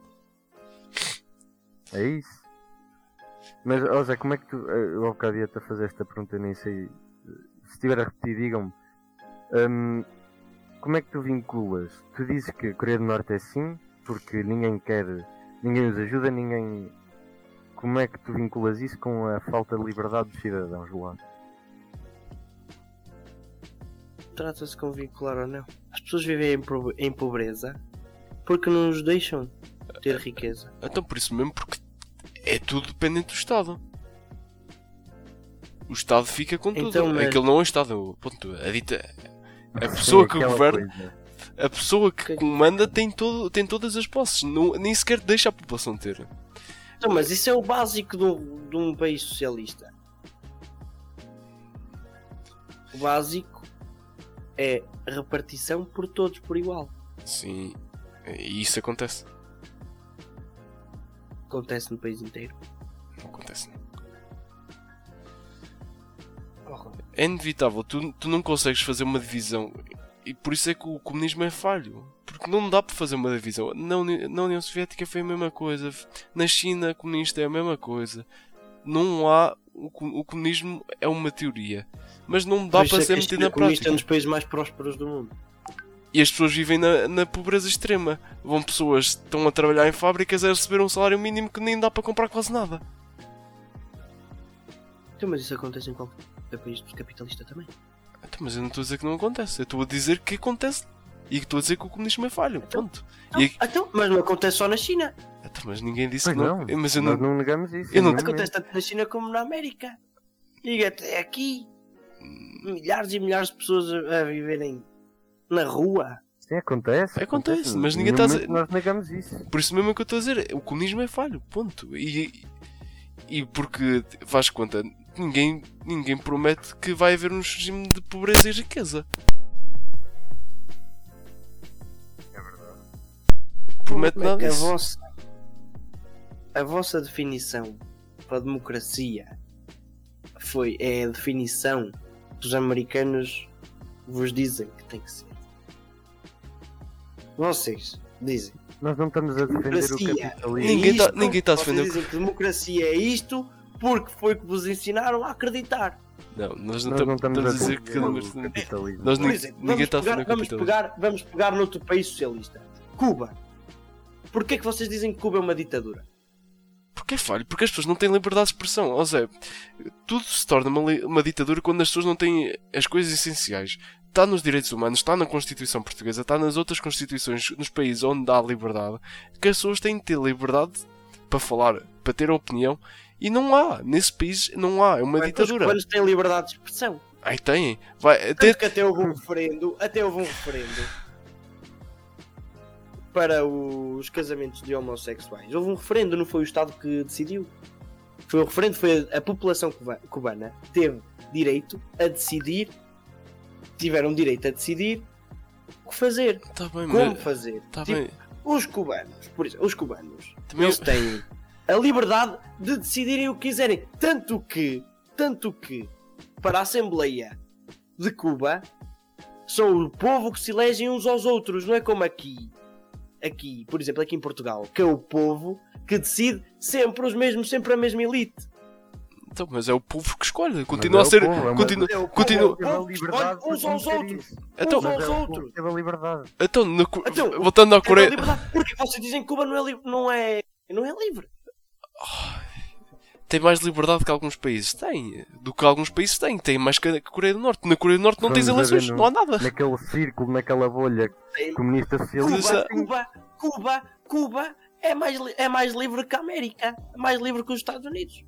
É isso. Mas, ó Zé, como é que tu. Eu ao bocado ia-te a fazer esta pergunta, eu nem sei. Se estiver a repetir, digam-me. Hum, como é que tu vinculas? Tu dizes que a Coreia do Norte é assim, porque ninguém quer. Ninguém os ajuda, ninguém. Como é que tu vinculas isso com a falta de liberdade dos cidadãos lá? Trata-se com vincular ou não. As pessoas vivem em, pro- em pobreza porque não nos deixam ter riqueza. Então por isso mesmo, porque é tudo dependente do Estado. O Estado fica com tudo. Então, mas- Aquilo não é o Estado. Ponto. A, dita... a pessoa Sim, que aquela governa, coisa. a pessoa que Que- comanda tem, todo, tem todas as posses. Não, nem sequer deixa a população ter. Então, mas isso é o básico de um, de um país socialista. O básico é a repartição por todos por igual. Sim. E isso acontece. Acontece no país inteiro. Não acontece. Não. É inevitável. Tu, tu não consegues fazer uma divisão. E por isso é que o comunismo é falho. Porque não dá para fazer uma divisão. Na, Uni- na União Soviética foi a mesma coisa. Na China comunista é a mesma coisa. Não há... O, co- o comunismo é uma teoria. Mas não dá Por isso para é ser que a metido China na comunista é prática. um dos países mais prósperos do mundo. E as pessoas vivem na, na pobreza extrema. Vão pessoas que estão a trabalhar em fábricas a receber um salário mínimo que nem dá para comprar quase nada. Então, mas isso acontece em qualquer país capitalista também. Então, mas eu não estou a dizer que não acontece. Eu estou a dizer que acontece. E que estou a dizer que o comunismo é falho. Ponto. Então, E, então, mas não acontece só na China. então, mas ninguém disse Pois que não. não, Mas eu nós não. não negamos isso. eu não- em nenhum Acontece momento. tanto na China como na América. E até aqui. Milhares e milhares de pessoas a, a viverem na rua. Sim, acontece. Acontece, mas Em ninguém nenhum está a momento nós negamos isso. Por isso mesmo é que eu estou a dizer. O comunismo é falho. Ponto. E, e porque faz conta. Ninguém, ninguém promete que vai haver um regime de pobreza e riqueza. É verdade. Promete Como é nada que a disso. vossa, a vossa definição para a democracia foi, é a definição que os americanos vos dizem que tem que ser. Vocês dizem Nós não estamos a defender o democracia. capitalismo. Ninguém tá- isto, ninguém tá a vocês defender o- dizem que democracia é isto porque foi que vos ensinaram a acreditar. Não, nós não, Nós não estamos estamos a dizer que. defender o capitalismo. Nós Por ninguém, exemplo, ninguém vamos, está a pegar, defender o vamos, capitalismo. pegar, vamos pegar noutro país socialista. Cuba. Porquê que vocês dizem que Cuba é uma ditadura? Porque é falho, porque as pessoas não têm liberdade de expressão. Ou seja, tudo se torna uma, li- uma ditadura quando as pessoas não têm as coisas essenciais. Está nos direitos humanos, está na Constituição Portuguesa, está nas outras Constituições, nos países onde há liberdade, que as pessoas têm de ter liberdade para falar, para ter opinião. E não há, nesse país não há, é uma Os ditadura. cubanos têm liberdade de expressão. Aí têm. Vai, Tanto até, que até houve um referendo, até houve um referendo para os casamentos de homossexuais. Houve um referendo, não foi o Estado que decidiu. Foi o referendo, foi a, a população cuba- cubana teve direito a decidir, tiveram direito a decidir o que fazer, tá bem, como mas, fazer. tá Tipo, bem. os cubanos, por exemplo, os cubanos, Também- eles têm a liberdade de decidirem o que quiserem. Tanto que, tanto que, para a Assembleia de Cuba, são o povo que se elegem uns aos outros, não é como aqui. Aqui, por exemplo, aqui em Portugal, que é o povo que decide sempre os mesmos, sempre a mesma elite. Então, mas é o povo que escolhe. Continua Mas a ser. é o povo, é uma- Continua. É o povo, continua- é o Teve a povo que liberdade escolhe uns para aos cometer outros. isso. Então, Uns Mas aos é o povo outros. que teve a liberdade. então, na Co- Então, voltando à É Coreia. da liberdade. Porque vocês dizem que Cuba não é, li- não é, não é livre. Tem mais liberdade que alguns países têm. Do que alguns países têm. Tem mais que a Coreia do Norte. Na Coreia do Norte não tens Vamos a ver eleições, no- não há nada. Naquele círculo, naquela bolha comunista socialista. Cuba, Cuba, Cuba, Cuba é mais, li- é mais livre que a América. É mais livre que os Estados Unidos.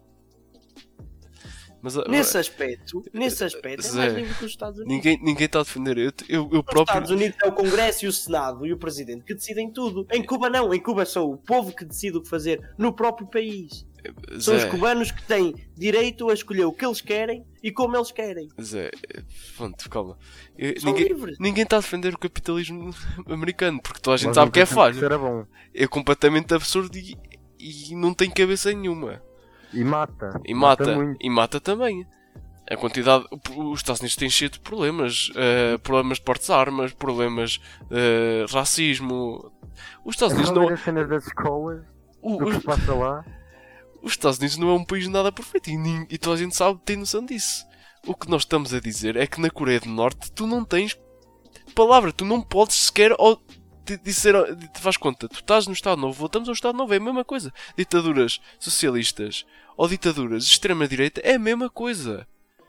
Mas, ah, Nesse aspecto, nesse aspecto é mais Zé, livre que os Estados Unidos. ninguém ninguém está a defender. Eu, eu, eu Nos próprio. Estados Unidos é o Congresso e o Senado e o Presidente que decidem tudo. Em Cuba não, em Cuba é só o povo que decide o que fazer no próprio país. São os Zé, cubanos que têm direito a escolher o que eles querem e como eles querem. Zé, pronto, calma. Eu- São ninguém livres. ninguém está a defender o capitalismo americano, porque toda a gente Nós sabe nunca que é achamos falho. isso era bom. É completamente absurdo e, e não tem cabeça nenhuma. E mata. E mata, muito. e mata também. A quantidade. Os Estados Unidos têm cheio de problemas. eh, problemas de portes de armas, problemas de racismo. Os Estados É Unidos só não. ver as cenas das escolas, o- do que os, se passa lá. os Estados Unidos não é um país nada perfeito e, nin- e toda a gente sabe, tem noção disso. O que nós estamos a dizer é que na Coreia do Norte tu não tens palavra, tu não podes sequer ou, te, dizer, te faz conta, tu estás no Estado Novo, voltamos ao Estado Novo, é a mesma coisa. Ditaduras socialistas ou ditaduras de extrema-direita é a mesma coisa.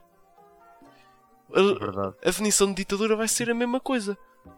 É A, verdade. a definição de ditadura vai ser a mesma coisa.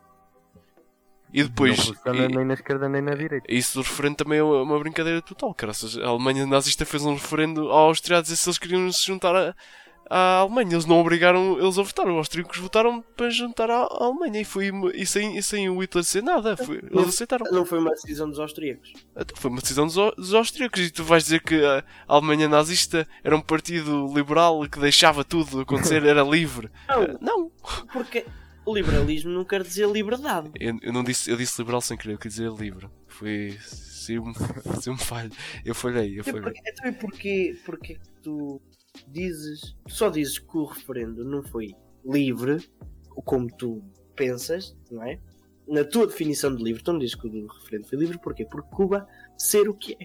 E depois. Não funciona e- nem na esquerda nem na direita. Isso do referendo também é uma uma brincadeira total, cara. Ou seja, a Alemanha nazista fez um referendo aos Áustria a dizer se eles queriam se juntar à, à Alemanha. Eles não obrigaram eles a votar. Os austríacos votaram para juntar à, à Alemanha e, foi, e, sem, e sem o Hitler dizer nada. Foi, eles aceitaram. Não foi uma decisão dos austríacos. Então, foi uma decisão dos, au- dos austríacos. E tu vais dizer que a Alemanha nazista era um partido liberal que deixava tudo acontecer, era livre. Não, Não. porque o liberalismo não quer dizer liberdade. Eu, eu não disse, eu disse liberal sem querer, eu quis dizer livre. Foi. Saiu-me saiu falho. Eu falhei, eu Então falhei. porquê, então, e porquê, porquê que tu dizes, tu só dizes que o referendo não foi livre, como tu pensas, não é? Na tua definição de livre, tu não dizes que o referendo foi livre, porquê? Porque Cuba ser o que é.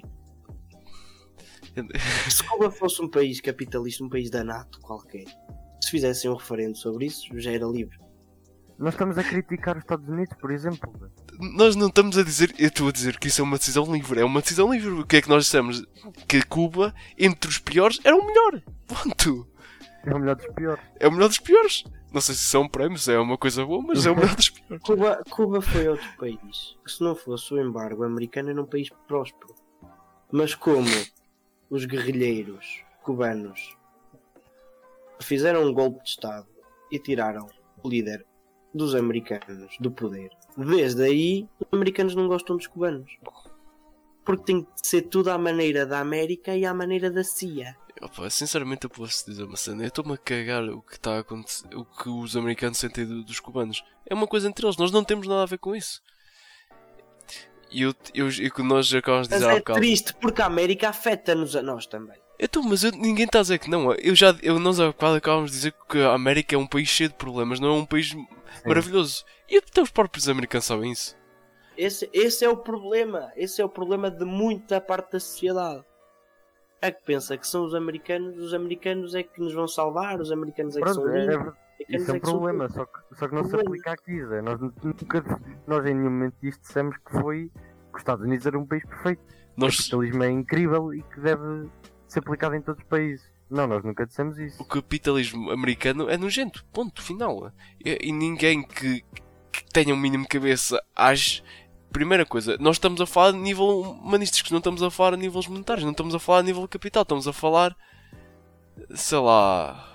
Se Cuba fosse um país capitalista, um país da NATO qualquer, se fizessem um referendo sobre isso, já era livre. Nós estamos a criticar os Estados Unidos, por exemplo. Nós não estamos a dizer, eu estou a dizer que isso é uma decisão livre, é uma decisão livre. O que é que nós dissemos? Que Cuba, entre os piores, era o melhor. Ponto. É o melhor dos piores. É o melhor dos piores. Não sei se são prémios, é uma coisa boa, mas é o melhor dos piores. Cuba, Cuba foi outro país que, se não fosse o embargo americano, era um país próspero. Mas como os guerrilheiros cubanos fizeram um golpe de Estado e tiraram o líder dos americanos do poder, desde aí os americanos não gostam dos cubanos. Porque tem que ser tudo à maneira da América e à maneira da C I A. Opa, sinceramente eu posso dizer uma cena, eu estou-me a cagar o que está a acontecer, o que os americanos sentem do- dos cubanos. É uma coisa entre eles, nós não temos nada a ver com isso. E eu, eu, e que nós acabamos de Mas dizer há é bocado. triste porque a América afeta-nos a nós também. Então, mas eu- ninguém está a dizer que não. Eu já, eu, nós há bocado acabamos de dizer que a América é um país cheio de problemas, não é um país maravilhoso. E até os próprios americanos sabem isso. Esse, esse é o problema. Esse é o problema de muita parte da sociedade. É que pensa que são os americanos, os americanos é que nos vão salvar, os americanos é que Pronto, são é, lindos, é, os americanos isso é um é que são problema, tudo. só que, só que não se Problema. aplica aqui, Zé. Nós, nunca, nós em nenhum momento disto dissemos que foi que os Estados Unidos era um país perfeito. O Nós, capitalismo é incrível e que deve ser aplicado em todos os países. Não, nós nunca dissemos isso. o capitalismo americano é nojento. Ponto final. E, e ninguém que, que tenha um mínimo de cabeça age. Primeira coisa, nós estamos a falar a nível humanístico, não estamos a falar a níveis monetários, não estamos a falar a nível capital, estamos a falar, sei lá,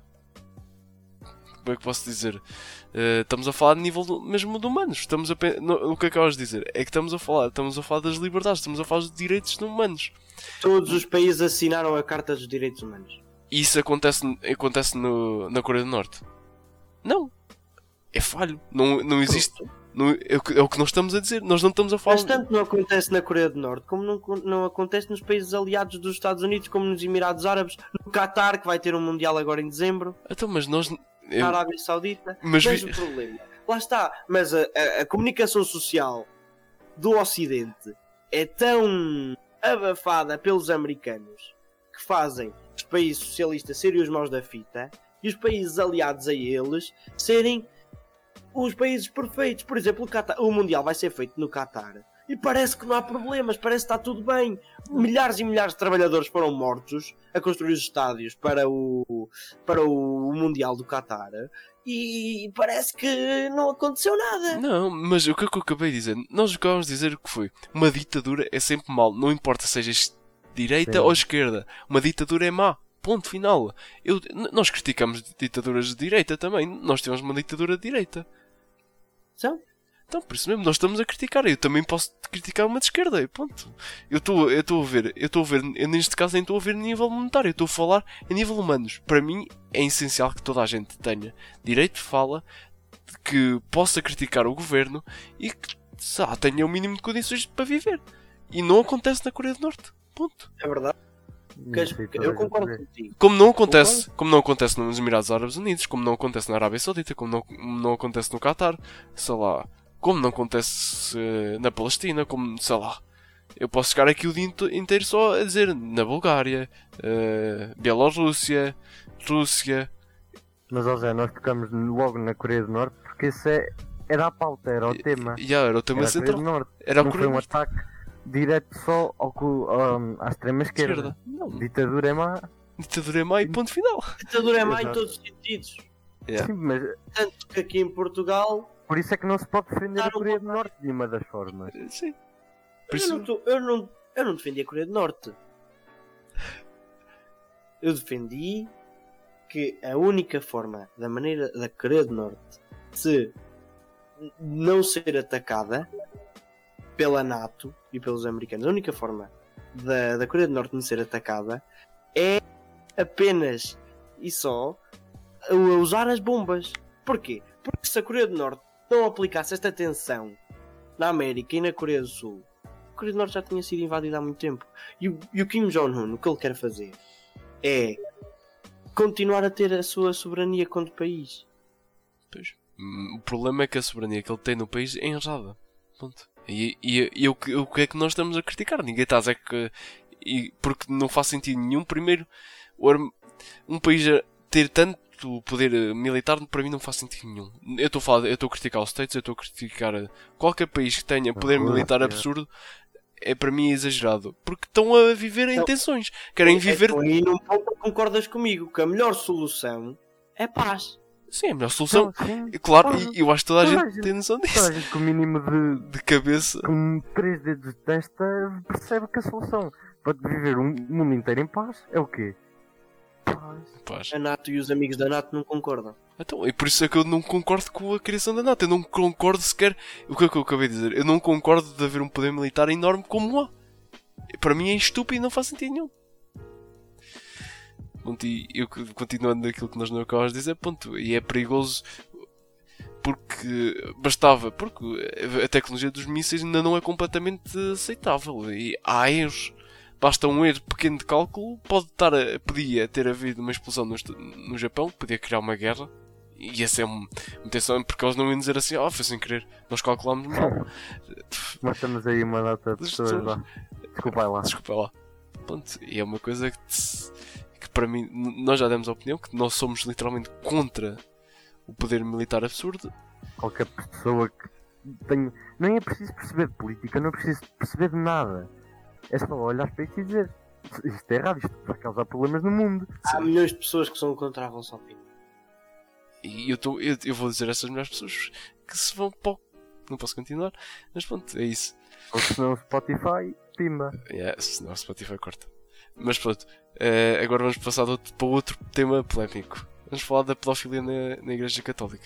como é que posso dizer? Uh, estamos a falar a nível do, mesmo de humanos. Estamos a, pen- no, o que acabas de dizer é que estamos a falar, estamos a falar das liberdades, estamos a falar dos direitos de humanos. Todos os países assinaram a Carta dos Direitos Humanos. E isso acontece, acontece no, na Coreia do Norte? Não. É falho. Não, não existe. Não, é, o que, é o que nós estamos a dizer. Nós não estamos a falar. Mas tanto não acontece na Coreia do Norte, como não, não acontece nos países aliados dos Estados Unidos, como nos Emirados Árabes, no Qatar, que vai ter um Mundial agora em dezembro, Então, mas nós. na Eu, Arábia Saudita. mas Mas vi- o problema, lá está, mas a, a- a comunicação social do Ocidente é tão abafada pelos americanos que fazem os países socialistas serem os maus da fita e os países aliados a eles serem os países perfeitos. Por exemplo, o, Qatar, o Mundial vai ser feito no Qatar e parece que não há problemas, parece que está tudo bem. Milhares e milhares de trabalhadores foram mortos a construir os estádios para o, para o Mundial do Qatar e parece que não aconteceu nada. Não, mas o que é que eu acabei de dizer? Nós acabamos de dizer o que foi. Uma ditadura é sempre mal, não importa seja direita Sim. ou esquerda. Uma ditadura é má. Ponto final. Eu, nós criticamos ditaduras de direita também. Nós temos uma ditadura de direita. São? Então, por isso mesmo, nós estamos a criticar. Eu também posso criticar uma de esquerda. E ponto. Eu estou eu estou a ver, eu estou a ver, eu neste caso nem estou a ver a nível monetário. Eu estou a falar a nível humanos. Para mim é essencial que toda a gente tenha direito de fala, que possa criticar o governo e que sabe, tenha o mínimo de condições para viver. E não acontece na Coreia do Norte. Ponto. É verdade. Não sei, toda Eu a gente concordo vê. contigo. Como não acontece, como não acontece nos Emirados Árabes Unidos, como não acontece na Arábia Saudita, como não, não acontece no Qatar, sei lá, como não acontece eh, na Palestina, como, sei lá. Eu posso chegar aqui o dia inteiro só a dizer na Bulgária, eh, Bielorrússia, Rússia. Mas, ó Zé, nós tocamos logo na Coreia do Norte porque esse é, era a pauta, era o tema. E yeah, era o tema Era a Coreia central. do Norte. Era a Não Coreia foi do um Norte. ataque direto só ao, co- um, à extrema esquerda. Esquerda. Não, Ditadura é má. ditadura é má e ponto final. A ditadura é má em Exato. todos os sentidos. Yeah. Sim, mas Tanto que aqui em Portugal por isso é que não se pode defender Ah, a não Coreia pode. do Norte de nenhuma das formas. Sim. Por eu, isso, não tô- eu, não, eu não defendi a Coreia do Norte. Eu defendi que a única forma da maneira da Coreia do Norte se não ser atacada pela NATO e pelos americanos, a única forma da, da Coreia do Norte não ser atacada é apenas e só a usar as bombas. Porquê? Porque se a Coreia do Norte não aplicasse esta tensão na América e na Coreia do Sul, a Coreia do Norte já tinha sido invadida há muito tempo. E o, e o Kim Jong-un, o que ele quer fazer é continuar a ter a sua soberania contra o país. pois, hum, o problema é que a soberania que ele tem no país é errada. Ponto. E, e, e o, que, o que é que nós estamos a criticar? Ninguém está a dizer que. E, porque não faz sentido nenhum. Primeiro, o arm- um país a ter tanto poder eh, militar, para mim não faz sentido nenhum. Eu estou a falar, eu estou a criticar os States, eu estou a criticar eh, qualquer país que tenha poder Rússia. militar absurdo. É para mim exagerado. Porque estão a viver em Não. tensões. Querem viver. Então, e num ponto concordas comigo que a melhor solução é paz. Sim, é a melhor solução. Então, sim, E claro, claro. e eu acho que toda a Toda a gente gente- tem noção toda disso. a gente com o mínimo de, De cabeça. com três dedos de testa percebe que a solução para viver um mundo inteiro em paz é o quê? Paz. Paz. A NATO e os amigos da NATO não concordam. Então, e por isso é que eu não concordo com a criação da NATO. Eu não concordo sequer. O que é que eu acabei de dizer? Eu não concordo de haver um poder militar enorme como há. Para mim é estúpido e não faz sentido nenhum. Ponto, e eu continuando naquilo que nós não acabamos de dizer, ponto, e é perigoso porque bastava, porque a tecnologia dos mísseis ainda não é completamente aceitável e há erros. Basta um erro pequeno de cálculo, pode estar a, podia ter havido uma explosão no, no Japão, podia criar uma guerra. E ia ser uma tensão, porque eles não iam dizer assim, ah, foi sem querer, nós calculámos mal. Nós temos aí uma data de Das pessoas pessoas. lá. Desculpa aí lá. Desculpa lá. Ponto. E é uma coisa que, te- que para mim, n- nós já demos a opinião que nós somos literalmente contra o poder militar absurdo. Qualquer pessoa que tem. Nem é preciso perceber de política, não é preciso perceber de nada. É só olhar para isto e dizer isto é errado, isto vai causar problemas no mundo. Há milhões de pessoas que são contra a Revolução Pina. E eu, tô, eu, eu vou dizer a essas melhores pessoas que se vão para o... Não posso continuar, mas pronto, é isso. Ou se não Spotify, pimba. Yeah, senão o Spotify corta. Mas pronto, eh, agora vamos passar de outro- para outro tema polémico. Vamos falar da pedofilia na, na Igreja Católica.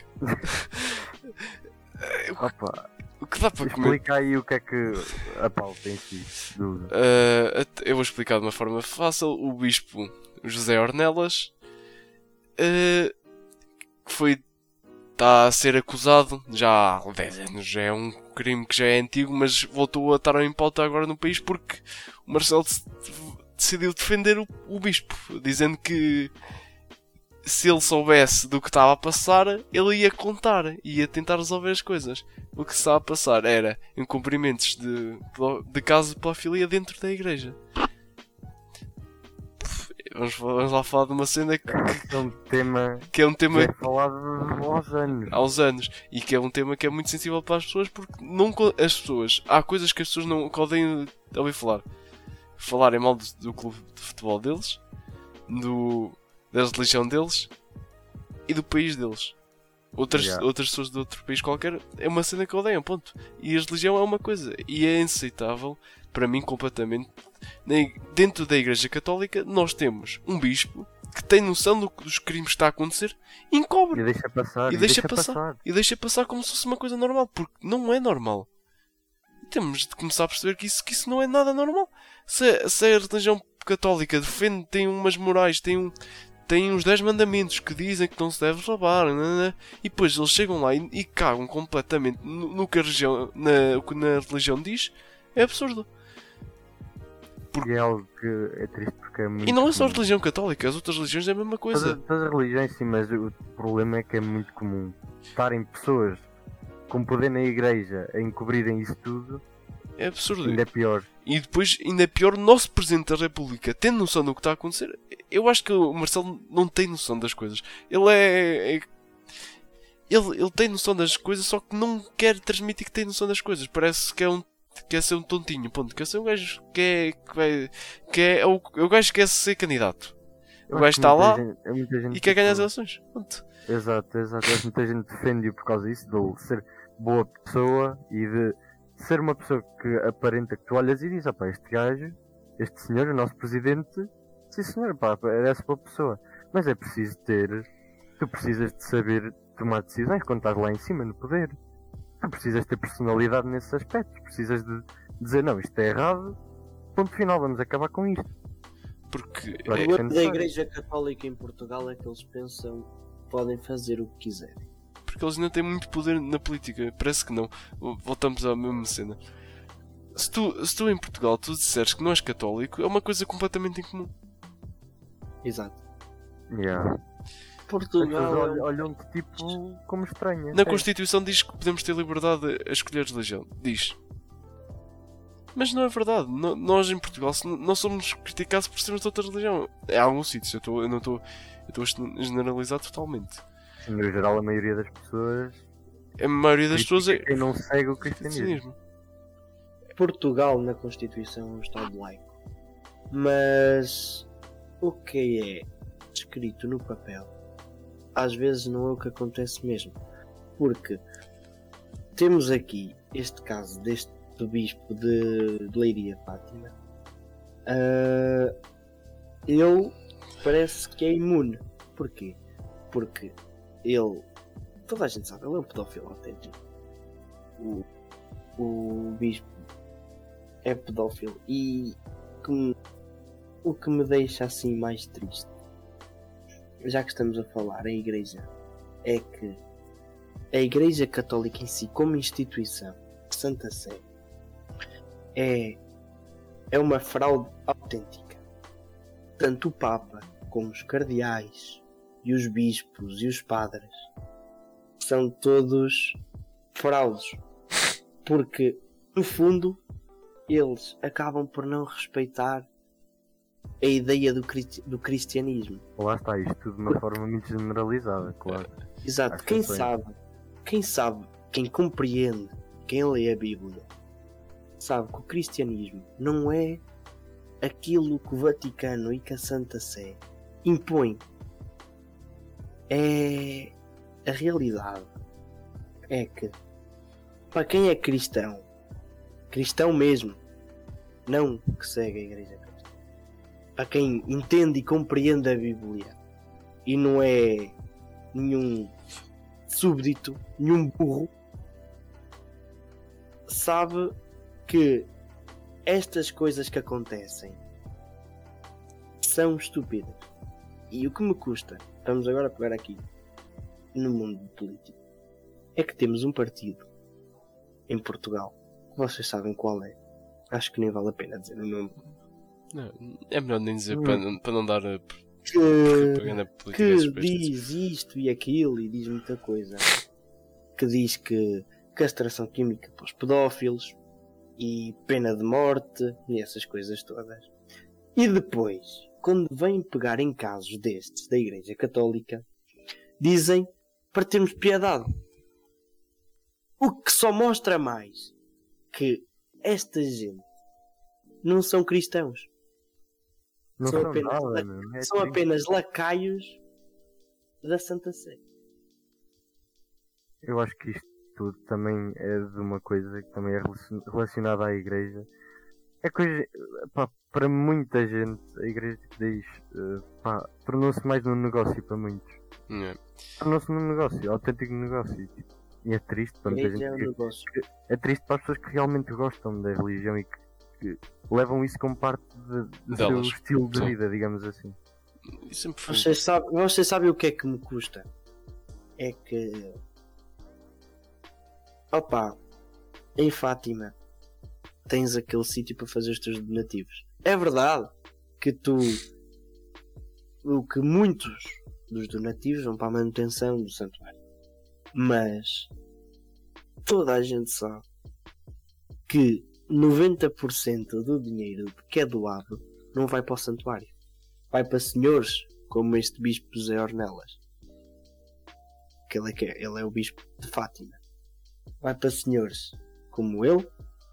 Eh, o, Opa, o que dá para comer? explica aí o que é que a pauta em si do. Uh, at- eu vou explicar de uma forma fácil. O bispo José Ornelas uh, que foi está a ser acusado já há dez anos, já é um crime que já é antigo, mas voltou a estar em pauta agora no país porque o Marcelo dec- decidiu defender o, o bispo, dizendo que se ele soubesse do que estava a passar, ele ia contar, ia tentar resolver as coisas. O que se estava a passar era incumprimentos de, de caso de pedofilia dentro da igreja. vamos, vamos lá falar de uma cena que, É um tema que é um que tema é falado aos anos. há uns anos e que é um tema que é muito sensível para as pessoas, porque não, co- as pessoas, há coisas que as pessoas não que odeiam de ouvir falar. Falarem mal do, do clube de futebol deles, do, da religião deles e do país deles. Outras, Yeah. outras pessoas de outro país qualquer é uma cena que odeiam, ponto. E a religião é uma coisa. E é inaceitável, para mim, completamente. Na ig- Dentro da Igreja Católica, nós temos um bispo que tem noção do- dos crimes que está a acontecer e encobre. E deixa passar. E deixa passar. E deixa passar como se fosse uma coisa normal, porque não é normal. E temos de começar a perceber que isso, que isso não é nada normal. Se, se a religião católica defende, tem umas morais, tem, um, tem uns dez mandamentos que dizem que não se deve roubar, nanana, e depois eles chegam lá e, e cagam completamente no, no que a religião, na, o que na religião diz, é absurdo. E é algo que é triste porque é muito. E não é só a comum. religião católica, as outras religiões é a mesma Todas, coisa. todas as religiões, sim, mas o problema é que é muito comum estarem pessoas com poder na igreja a encobrirem isso tudo, É absurdo. ainda é pior. E depois, ainda é pior, o nosso Presidente da República, tendo noção do que está a acontecer, eu acho que o Marcelo não tem noção das coisas. Ele é. é- Ele, ele tem noção das coisas, só que não quer transmitir que tem noção das coisas. Parece que é um. Quer ser um tontinho, ponto. Quer ser um gajo que é. Que, vai, que é, é, o, é o gajo que quer ser candidato. Eu O gajo acho que está muita lá gente- é muita gente e quer ganhar as que- eleições. Ponto. Exato, exato. Eu acho que muita gente defende-o por causa disso, de ele ser boa pessoa e de ser uma pessoa que aparenta que tu olhas e dizes, ah pá, este gajo, este senhor, o nosso presidente, sim senhor, pá, parece boa pessoa. Mas é preciso ter, tu precisas de saber tomar decisões quando estás lá em cima no poder. Tu precisas ter personalidade nesses aspectos, precisas de dizer, não, isto é errado, ponto final, vamos acabar com isto. Porque. O Vai. É, problema da Igreja Católica em Portugal é que eles pensam que podem fazer o que quiserem. porque eles ainda têm muito poder na política. Parece que não. Voltamos à mesma cena. Se tu, se tu em Portugal tu disseres que não és católico, é uma coisa completamente incomum. Exato. Yeah. As Portugal pessoas é olham- um- olham-te tipo como estranha. Na É. Constituição diz que podemos ter liberdade a escolher religião. Diz. Mas não é verdade. No- nós em Portugal se n- não somos criticados por sermos de outra religião. Em alguns sítios. Eu, tô, eu não estou eu estou a generalizar totalmente. No geral, a maioria das pessoas. A maioria das pessoas é critica quem não segue o cristianismo. cristianismo. Portugal na Constituição é um Estado laico. Mas o que é escrito no papel às vezes não é o que acontece mesmo. Porque temos aqui este caso deste do bispo de, de Leiria, Fátima. Ah, ele parece que é imune. Porquê? Porque ele, toda a gente sabe, ele é um pedófilo autêntico. O, o bispo é pedófilo e que me- o que me deixa assim mais triste, já que estamos a falar em igreja, é que a Igreja Católica em si, como instituição, Santa Sé, é, é uma fraude autêntica. Tanto o Papa como os cardeais e os bispos e os padres são todos fraudes, porque no fundo eles acabam por não respeitar a ideia do, cri- do cristianismo. Lá está, isto tudo de uma forma muito generalizada, claro. Exato, Acho quem que foi. sabe, quem sabe, quem compreende, quem lê a Bíblia, sabe que o cristianismo não é aquilo que o Vaticano e que a Santa Sé impõem. É a realidade. É que para quem é cristão, cristão mesmo, não que segue a Igreja Católica, para quem entende e compreende a Bíblia e não é nenhum súbdito, nenhum burro, sabe que estas coisas que acontecem são estúpidas. E o que me custa, vamos agora pegar aqui no mundo político, é que temos um partido em Portugal, que vocês sabem qual é. Acho que nem vale a pena dizer o nome. Não, é melhor nem dizer Hum. para, não- para não dar a Que, propaganda política a que esses bestas. diz isto e aquilo e diz muita coisa. Que diz que castração química para os pedófilos e pena de morte e essas coisas todas. E depois, quando vêm pegar em casos destes da Igreja Católica, dizem para termos piedade. O que só mostra mais que esta gente não são cristãos. Não são são apenas, nada, la- meu. É são triste. apenas lacaios da Santa Sé. Eu acho que isto tudo também é de uma coisa que também é relacion- relacionada à igreja. É coisa, pá, para muita gente, a igreja tipo, diz, eh, pá, tornou-se mais num negócio para muitos. É. Tornou-se num negócio, autêntico negócio. Tipo, e é triste para A muita igreja é um gente. negócio. É triste para as pessoas que realmente gostam da religião e que, que levam isso como parte de- do seu Delas. estilo de Sim. vida, digamos assim. E sempre foi. Você sabe, você sabe o que é que me custa? É que. Opa, em Fátima tens aquele sítio para fazer os teus donativos. É verdade que tu. O que muitos dos donativos vão para a manutenção do santuário. Mas toda a gente sabe que noventa por cento do dinheiro que é doado não vai para o santuário. Vai para senhores como este bispo José Ornelas. Que ele é, que é, ele é o bispo de Fátima. Vai para senhores como ele,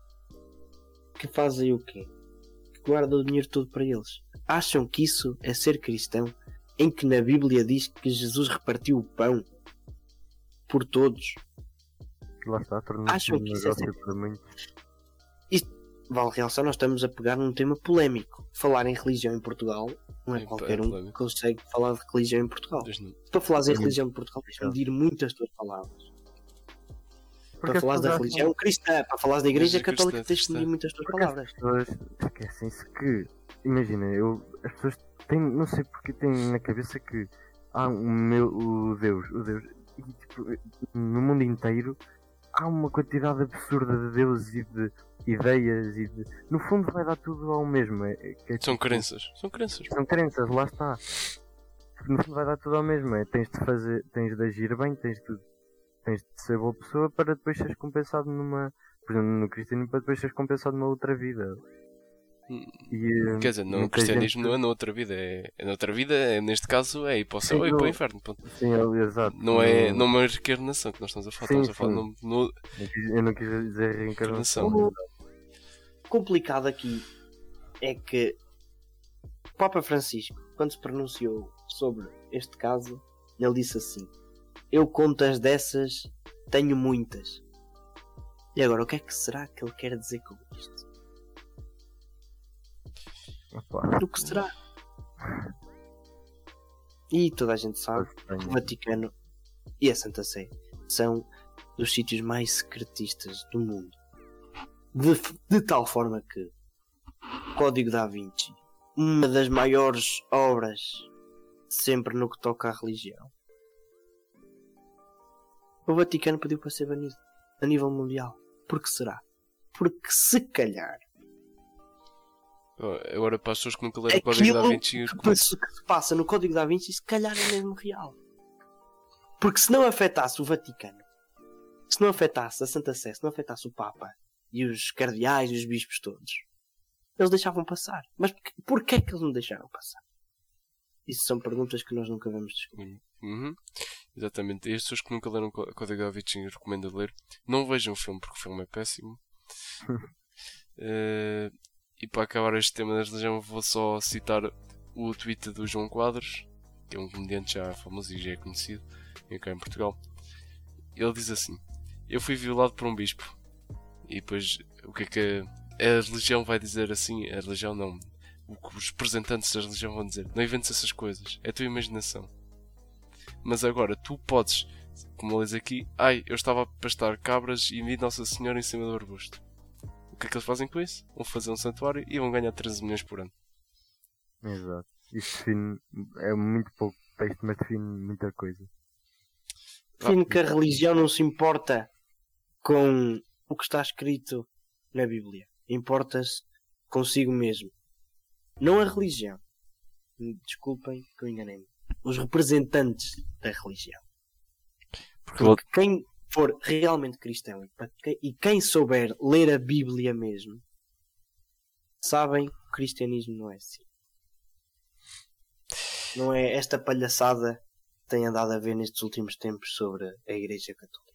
que fazem o quê? Que guardam o dinheiro todo para eles. Acham que isso é ser cristão? Em que na Bíblia diz que Jesus repartiu o pão por todos. Lá está, tornou-se Acham um que isso é negócio para muitos. Vale realçar, nós estamos a pegar num tema polémico. Falar em religião em Portugal, não é É, qualquer é um que polémico. consegue falar de religião em Portugal. Desde não- Para falares em É religião em Portugal, tens de medir muito as tuas palavras. Porque Para as falares da pessoas religião acham- cristã, para falares da Igreja Igreja Católica, cristã, tens de medir cristã. muito as tuas Porque as palavras. pessoas esquecem-se que, imagina, eu, as pessoas têm, não sei porque têm na cabeça que há o meu, o Deus, o Deus, e, tipo, no mundo inteiro há uma quantidade absurda de deuses e de ideias e de, no fundo vai dar tudo ao mesmo. É, é, que é São tipo- crenças. São crenças. São crenças, lá está. No fundo vai dar tudo ao mesmo. É, tens de fazer, tens de agir bem, tens de, tens de ser boa pessoa para depois seres compensado numa, por exemplo, no cristianismo para depois seres compensado numa outra vida. Hum, E, eh, Quer dizer, no muita cristianismo gente- não é na outra vida. É, é na outra vida, é, neste caso, é ir para o céu Sim, ou ir para o eu- inferno. Ponto. Sim, é, exato. Não é, No- não é uma reencarnação que nós estamos a falar. Sim, Estamos a falar sim. no, no- Eu quis- eu não quis dizer reencarnação. O complicado aqui é que o Papa Francisco, quando se pronunciou sobre este caso, ele disse assim: eu contas dessas tenho muitas. E agora, o que é que será que ele quer dizer com isto? Opa, O que será? E toda a gente sabe que estranho. o Vaticano e a Santa Sé são dos sítios mais secretistas do mundo. De, de tal forma que o Código da Vinci, uma das maiores obras sempre no que toca à religião, o Vaticano pediu para ser banido a nível mundial. Por que será? Porque se calhar Agora, para as pessoas que nunca leram o Código da aquilo Vinci, que, como é se- que se passa no Código da Vinci se calhar é mesmo real. Porque se não afetasse o Vaticano, se não afetasse a Santa Sé, se não afetasse o Papa e os cardeais e os bispos todos, eles deixavam passar. Mas porquê, porquê é que eles não deixaram passar? Isso são perguntas que nós nunca vamos descobrir. Uhum. Exatamente. E as pessoas que nunca leram o Có- Código da Vinci, eu recomendo ler. Não vejam o filme, porque o filme é péssimo. Eh, e para acabar este tema da religião, vou só citar o tweet do João Quadros, que é um comediante já famoso e já é conhecido cá em Portugal. Ele diz assim: eu fui violado por um bispo. E depois, o que é que a religião vai dizer assim? A religião não. O que os representantes da religião vão dizer: não inventes essas coisas, é a tua imaginação. Mas agora tu podes, como ele diz aqui, ai, eu estava a pastar cabras e vi Nossa Senhora em cima do arbusto. O que é que eles fazem com isso? Vão fazer um santuário e vão ganhar treze milhões por ano. Exato. Isso define, é muito pouco texto, mas define muita coisa. Define que a religião não se importa com o que está escrito na Bíblia. Importa-se consigo mesmo. Não a religião. Desculpem que eu enganei-me. Os representantes da religião. Porque quem for realmente cristão e para quem- e quem souber ler a Bíblia mesmo, sabem que o cristianismo não é assim. não é esta palhaçada que tem andado a ver nestes últimos tempos sobre a Igreja Católica.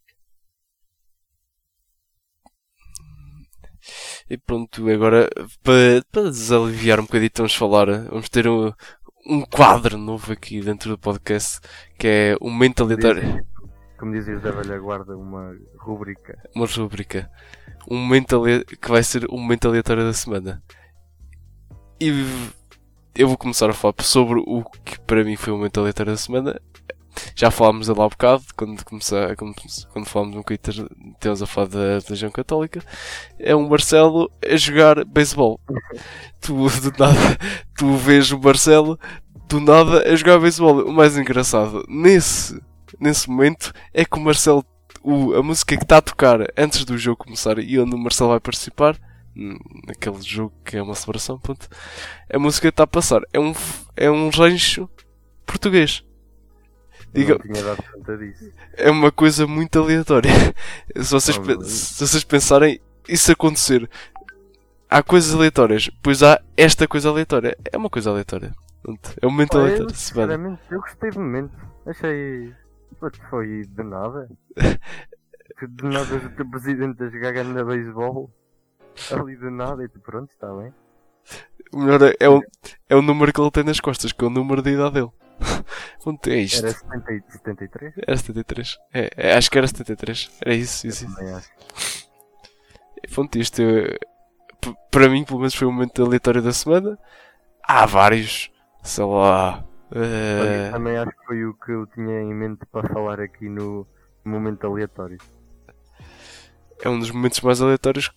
E pronto, agora para, para desaliviar um bocadinho, vamos falar, vamos ter um, um quadro novo aqui dentro do podcast que é o momento aleatório. Como dizes da velha guarda, uma rubrica. Uma rubrica. Um momento ale... que vai ser o momento aleatório da semana. E eu vou começar a falar sobre o que para mim foi o momento aleatório da semana. Já falámos dele há bocado, quando, começar, quando, quando falámos um bocadinho, temos a falar da religião católica. É um Marcelo a jogar beisebol. Tu, do nada, tu vês o Marcelo do nada a jogar beisebol. O mais engraçado nesse, nesse momento é que o Marcelo, o, a música que está a tocar antes do jogo começar e onde o Marcelo vai participar, naquele jogo que é uma celebração, pronto, a música que está a passar é um, é um rancho português. Diga, não tinha dado conta disso. É uma coisa muito aleatória. Se vocês, pe- se vocês pensarem isso acontecer, há coisas aleatórias, pois há esta coisa aleatória. É uma coisa aleatória. Pronto, é um momento Pá, aleatório eu, da semana. sinceramente, eu gostei do momento. Achei. Pô, foi de nada. De nada o teu presidente a jogar grande beisebol. Ali de nada e tu, pronto, está bem. O melhor é, é, o, é o número que ele tem nas costas, que é o número de idade dele. Pronto, é isto. Era setenta e- setenta e três? Era setenta e três. É, é, acho que era setenta e três. Era isso, isso. Eu isso. também acho. Pronto, isto é, p- para mim, pelo menos, foi o momento aleatório da semana. Há vários, sei lá. eh, Olha, também acho que foi o que eu tinha em mente para falar aqui no momento aleatório. é um dos momentos mais aleatórios.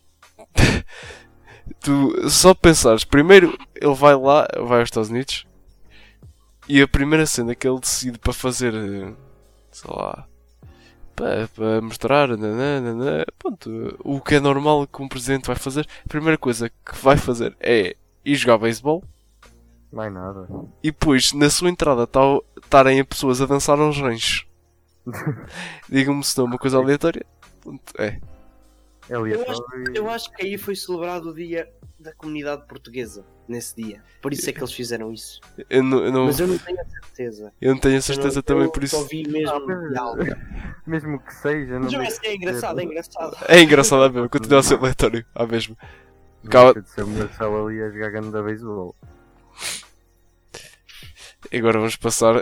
Tu só pensares, primeiro ele vai lá, vai aos Estados Unidos e a primeira cena que ele decide para fazer, eh, sei lá, para, para mostrar, nananana, pronto, o que é normal que um presidente vai fazer, a primeira coisa que vai fazer é ir jogar beisebol Mais nada. e depois na sua entrada tá- estarem a pessoas a dançar aos ranchos. Digam-me se não é uma coisa aleatória. Pronto, é. É Eu acho, aleatório. eu acho que aí foi celebrado o dia da comunidade portuguesa, nesse dia. Por isso é que eles fizeram isso. Eu não, eu não, Mas eu não tenho a certeza. eu não tenho a Eu certeza não- também eu por isso. Só vi mesmo Ah, mas- de algo. Mesmo que seja, não Mas deixa é de engraçado, é ser- engraçado. É engraçado a mesmo, continua a ser aleatório, à mesmo. não Calma. deixa de ser o Marcelo ali a jogar grande da beisebol. E agora vamos passar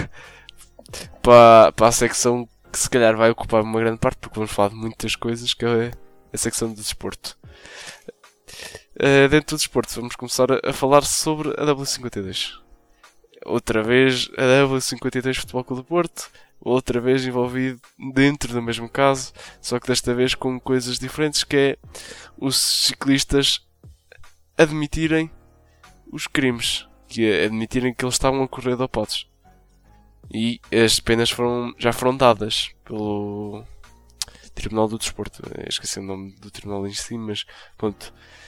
para, para a secção que se calhar vai ocupar uma grande parte, porque vamos falar de muitas coisas, que é a secção do desporto. Eh, dentro do desporto vamos começar a, a falar sobre a W cinquenta e dois. Outra vez a W cinquenta e dois Futebol Clube do Porto, outra vez envolvido dentro do mesmo caso, só que desta vez com coisas diferentes, que é os ciclistas admitirem os crimes, que é admitirem que eles estavam a correr dopados. E as penas foram, já foram dadas pelo Tribunal do Desporto. Eu esqueci o nome do tribunal em si, mas pronto.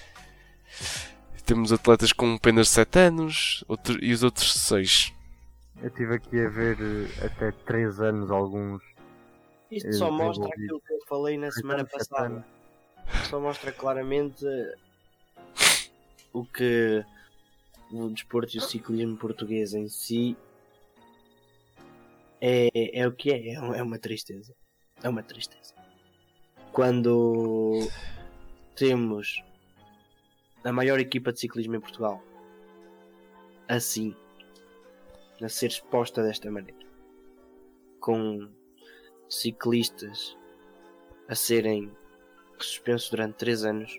Temos atletas com penas de sete anos outro, e os outros seis. Eu estive aqui a ver eh, até três anos alguns. Isto Eu só mostra desenvolvi. aquilo que eu falei na semana Então, sete passada. anos. Só mostra claramente o que o desporto e o ciclismo português em si é, é o que é. É um- é uma tristeza. É uma tristeza. Quando temos a maior equipa de ciclismo em Portugal assim, a ser exposta desta maneira, com ciclistas a serem suspensos durante três anos,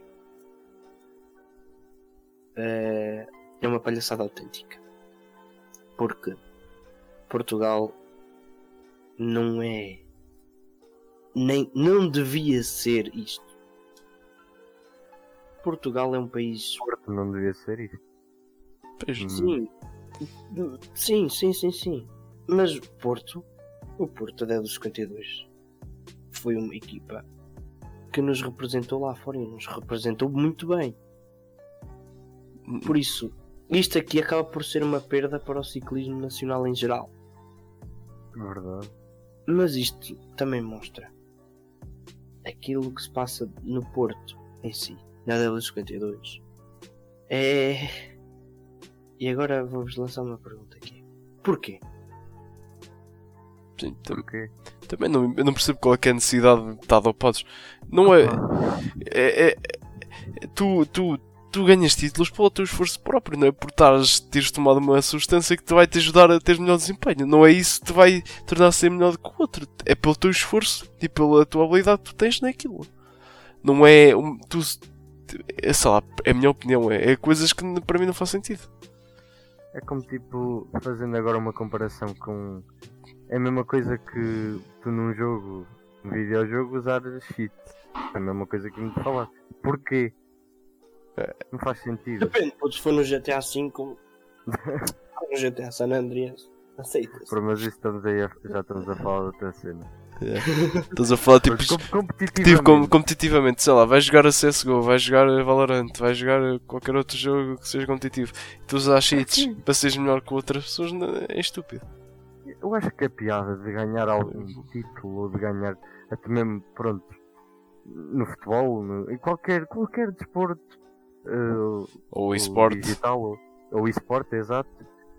é é uma palhaçada autêntica. Porque Portugal não é, nem não devia ser isto. Portugal é um país. Porto não devia ser isso. Pois, Sim, sim, sim, sim, sim. Mas Porto, o Porto da dos cinquenta e dois, foi uma equipa que nos representou lá fora e nos representou muito bem. Por isso, isto aqui acaba por ser uma perda para o ciclismo nacional em geral. Verdade. Mas isto também mostra aquilo que se passa no Porto em si, na W cinquenta e dois. É. E agora vou-vos lançar uma pergunta aqui. Porquê? Sim, tam- Porquê? também não, eu não percebo qual é, que é a necessidade de estar dopados. Não é. é, é- é- tu, tu, tu ganhas títulos pelo teu esforço próprio, não é por estares, teres tomado uma substância que te vai te ajudar a ter melhor desempenho. Não é isso que te vai tornar ser melhor do que o outro. É pelo teu esforço e pela tua habilidade que tu tens naquilo. Não é. um- Tu, é, sei lá, é a minha opinião. É, é coisas que para mim não faz sentido. É como tipo, fazendo agora uma comparação com. É a mesma coisa que tu num jogo, num videojogo, usar cheat. É a mesma coisa que me falar. Porquê? Não faz sentido. Depende, pô, se for no G T A cinco, no G T A San Andreas, aceita-se. Por mas isso estamos aí a, já estamos a falar de outra cena. Estás a falar tipo. Mas com- Tipo, competitivamente. com- competitivamente, sei lá, vais jogar a C S G O, vais jogar a Valorant, vais jogar a qualquer outro jogo que seja competitivo e tu usas cheats para seres melhor que outras pessoas, não- é estúpido. Eu acho que a piada de ganhar algum título ou de ganhar até mesmo, pronto, no futebol, no- em qualquer, qualquer desporto, eh, Ou ou eSport. digital ou, ou eSport, exato.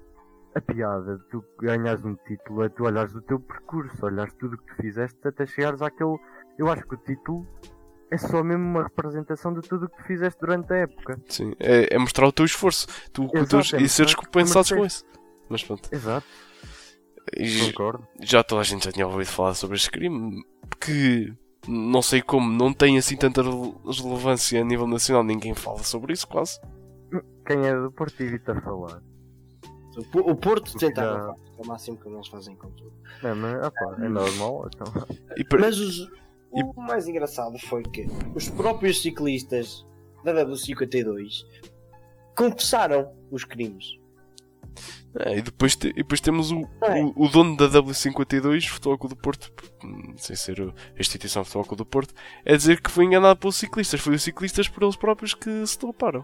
A piada de tu ganhares um título é tu olhares o teu percurso, olhares tudo o que tu fizeste até chegares àquele. Eu acho que o título é só mesmo uma representação de tudo o que tu fizeste durante a época. Sim, é, é mostrar o teu esforço tu, o Exato, teu- é e mostrar seres que tu compensados com mereceste. isso. Mas pronto. Exato, E j- concordo. já toda a gente já tinha ouvido falar sobre este crime que não sei como não tem assim tanta rele- relevância a nível nacional, ninguém fala sobre isso quase. Quem é do Porto evita falar. O P- O Porto Porque tenta já- abafar, é o máximo que eles fazem com tudo. É, mas, opá, é normal, então. E per- Mas os- o mais engraçado foi que os próprios ciclistas da W cinquenta e dois confessaram os crimes. É, e, depois te- e depois temos o, É. o, o dono da W cinquenta e dois, Futebol Clube do Porto, hum, sem ser a instituição Futebol Clube do Porto, é dizer que foi enganado pelos ciclistas. Foi os ciclistas por eles próprios que se doparam.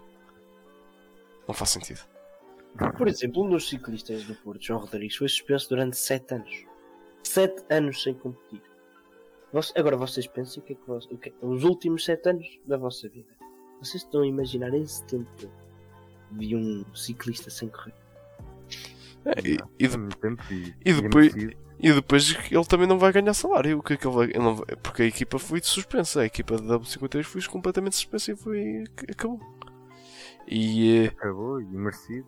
Não faz sentido. Por exemplo, um dos ciclistas do Porto, João Rodrigues, foi suspenso durante sete anos. sete anos sem competir. Voce- Agora vocês pensem o que é que, vos- o que é- os últimos sete anos da vossa vida. Vocês estão a imaginar esse tempo todo de um ciclista sem correr? É, e, e, É de- muito tempo e, e e depois- merecido. e depois ele também não vai ganhar salário. O que é que ele vai, ele não vai- porque a equipa foi suspensa. A equipa da W cinquenta e dois foi completamente suspensa e foi, acabou. E, eh, Acabou e merecido.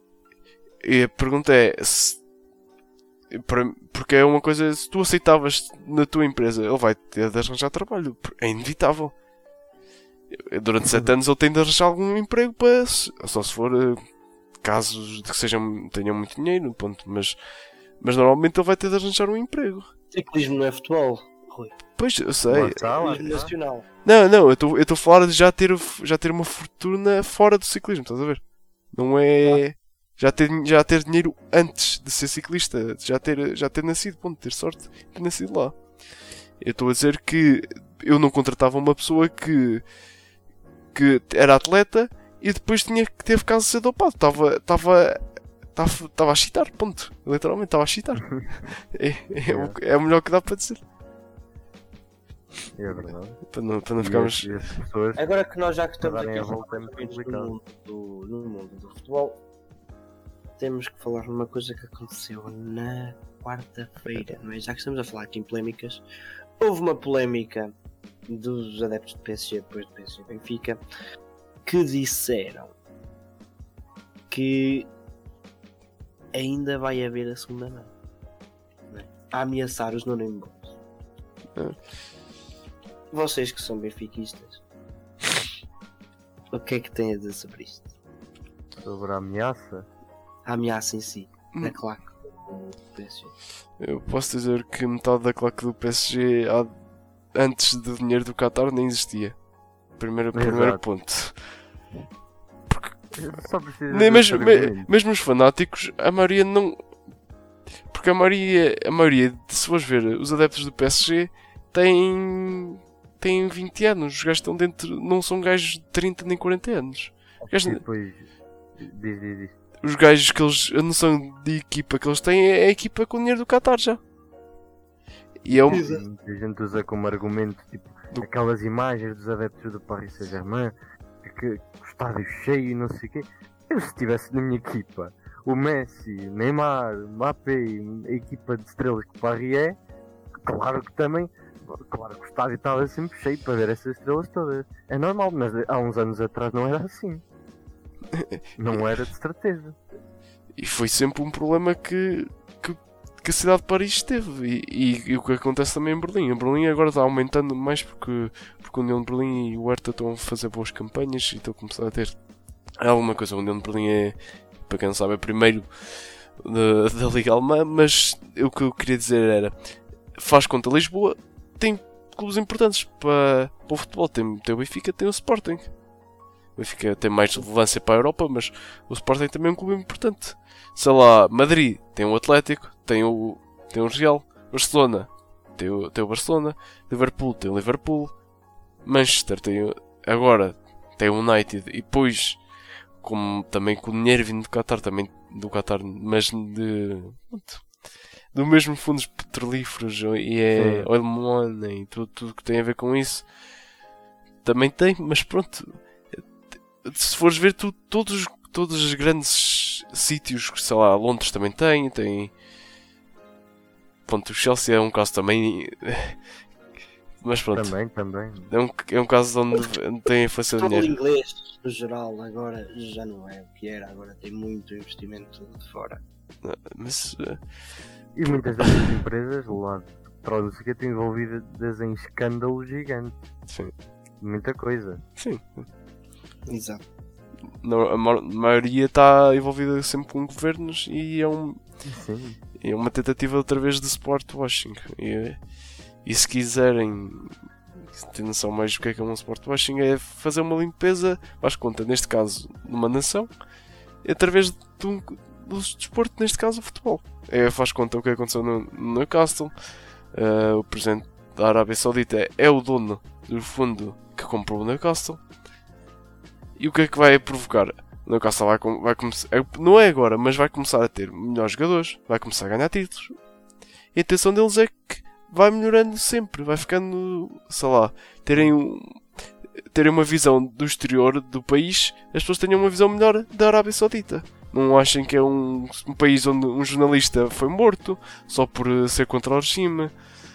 e a pergunta é se, para- porque é uma coisa, se tu aceitavas na tua empresa, ele vai ter de arranjar trabalho, é inevitável. Durante sete anos ele tem de arranjar algum emprego para, só se for eh, casos de que sejam, tenham muito dinheiro, ponto. Mas, mas normalmente ele vai ter de arranjar um emprego. Ciclismo não é futebol, Rui. Pois, eu Lá sei. está, lá Ciclismo está. nacional. Não, não, eu estou a falar de já ter, já ter uma fortuna fora do ciclismo, estás a ver? Não é. Já ter, já ter dinheiro antes de ser ciclista, já ter, já ter nascido, ponto, ter sorte de ter nascido lá. Eu estou a dizer que eu não contratava uma pessoa que, que era atleta e depois tinha que teve caso de ser dopado. Estava, estava, estava, estava a chitar, ponto. Literalmente estava a chitar. É, é, o- é o melhor que dá para dizer. É verdade. Para não, para não E ficarmos. as- e as pessoas. Agora que nós já que estamos darem aqui a volta é muito no complicado. mundo do, no mundo do futebol, temos que falar numa coisa que aconteceu na quarta-feira, não é? Já que estamos a falar aqui em polémicas, houve uma polémica dos adeptos do P S G depois do P S G Benfica que disseram que ainda vai haver a segunda mão, não é? A ameaçar os Nuno É. Vocês que são benfiquistas, o que é que têm a dizer sobre isto? Sobre a ameaça. A ameaça em si, da Hum. claque do P S G. Eu posso dizer que metade da claque do P S G há- antes do dinheiro do Qatar nem existia. Primeiro, Exato. primeiro ponto. Só precisa Nem de mesmo, saber me- muito. mesmo os fanáticos, a maioria não. Porque a maioria, a maioria, se fores ver, os adeptos do P S G têm. têm vinte anos. Os gajos estão dentro. Não são gajos de trinta nem quarenta anos. Os E gajos, depois. Diz, diz, diz. os gajos que eles. A noção de equipa que eles têm é a equipa com o dinheiro do Qatar já. E é um. Muita gente usa como argumento tipo, Do- aquelas imagens dos adeptos do Paris Saint-Germain, que o estádio cheio e não sei o quê. Eu, se estivesse na minha equipa, o Messi, Neymar, Mbappé, a equipa de estrelas que o Paris é, claro que também, claro que o estádio estava sempre cheio para ver essas estrelas todas. É normal, mas há uns anos atrás não era assim. Não era de certeza. E foi sempre um problema que, que, que a cidade de Paris teve. E, e, e o que acontece também em Berlim. Em Berlim agora está aumentando mais porque, porque a União de Berlim e o Hertha estão a fazer boas campanhas e estão a começar a ter alguma coisa. A União de Berlim é, para quem não sabe, é primeiro da, da Liga Alemã, mas o que eu queria dizer era, faz conta Lisboa, tem clubes importantes para, para o futebol. Tem, tem o Benfica, tem o Sporting. O Benfica tem mais relevância para a Europa, mas o Sporting também é um clube importante. Sei lá, Madrid tem o Atlético, tem o, tem o Real, Barcelona tem o, tem o Barcelona, Liverpool tem o Liverpool, Manchester tem o, agora tem o United, e depois, como também com o dinheiro vindo do Qatar, também do Qatar, mas de, do mesmo fundos petrolíferos e é oil money e tudo, tudo que tem a ver com isso, também tem, mas pronto. Se fores ver tu, todos, todos os grandes sítios, sei lá, Londres também tem, tem... Pronto, o Chelsea é um caso também... Mas pronto. Também, também. É um, é um caso onde tem influência de O dinheiro. inglês, no geral, agora já não é o que era, agora tem muito investimento de fora. Mas... Uh... E muitas dessas empresas, lá de petróleo, têm envolvidas em escândalos gigantes. Sim. Muita coisa. Sim. Exato. A maioria está envolvida sempre com governos e é, um, Sim. é uma tentativa outra vez de sport washing. E, e se quiserem ter noção mais do que é que é um sport washing, é fazer uma limpeza, faz conta, neste caso, numa nação, através de um, do desporto, neste caso o futebol. É, faz conta o que aconteceu no, no Newcastle. Uh, o presidente da Arábia Saudita é o dono do fundo que comprou o Newcastle. E o que é que vai provocar? O Newcastle vai, vai começar, não é agora, mas vai começar a ter melhores jogadores, vai começar a ganhar títulos. E a intenção deles é que vai melhorando sempre, vai ficando, sei lá, terem, um, terem uma visão do exterior do país, as pessoas tenham uma visão melhor da Arábia Saudita. Não achem que é um, um país onde um jornalista foi morto só por ser contra o regime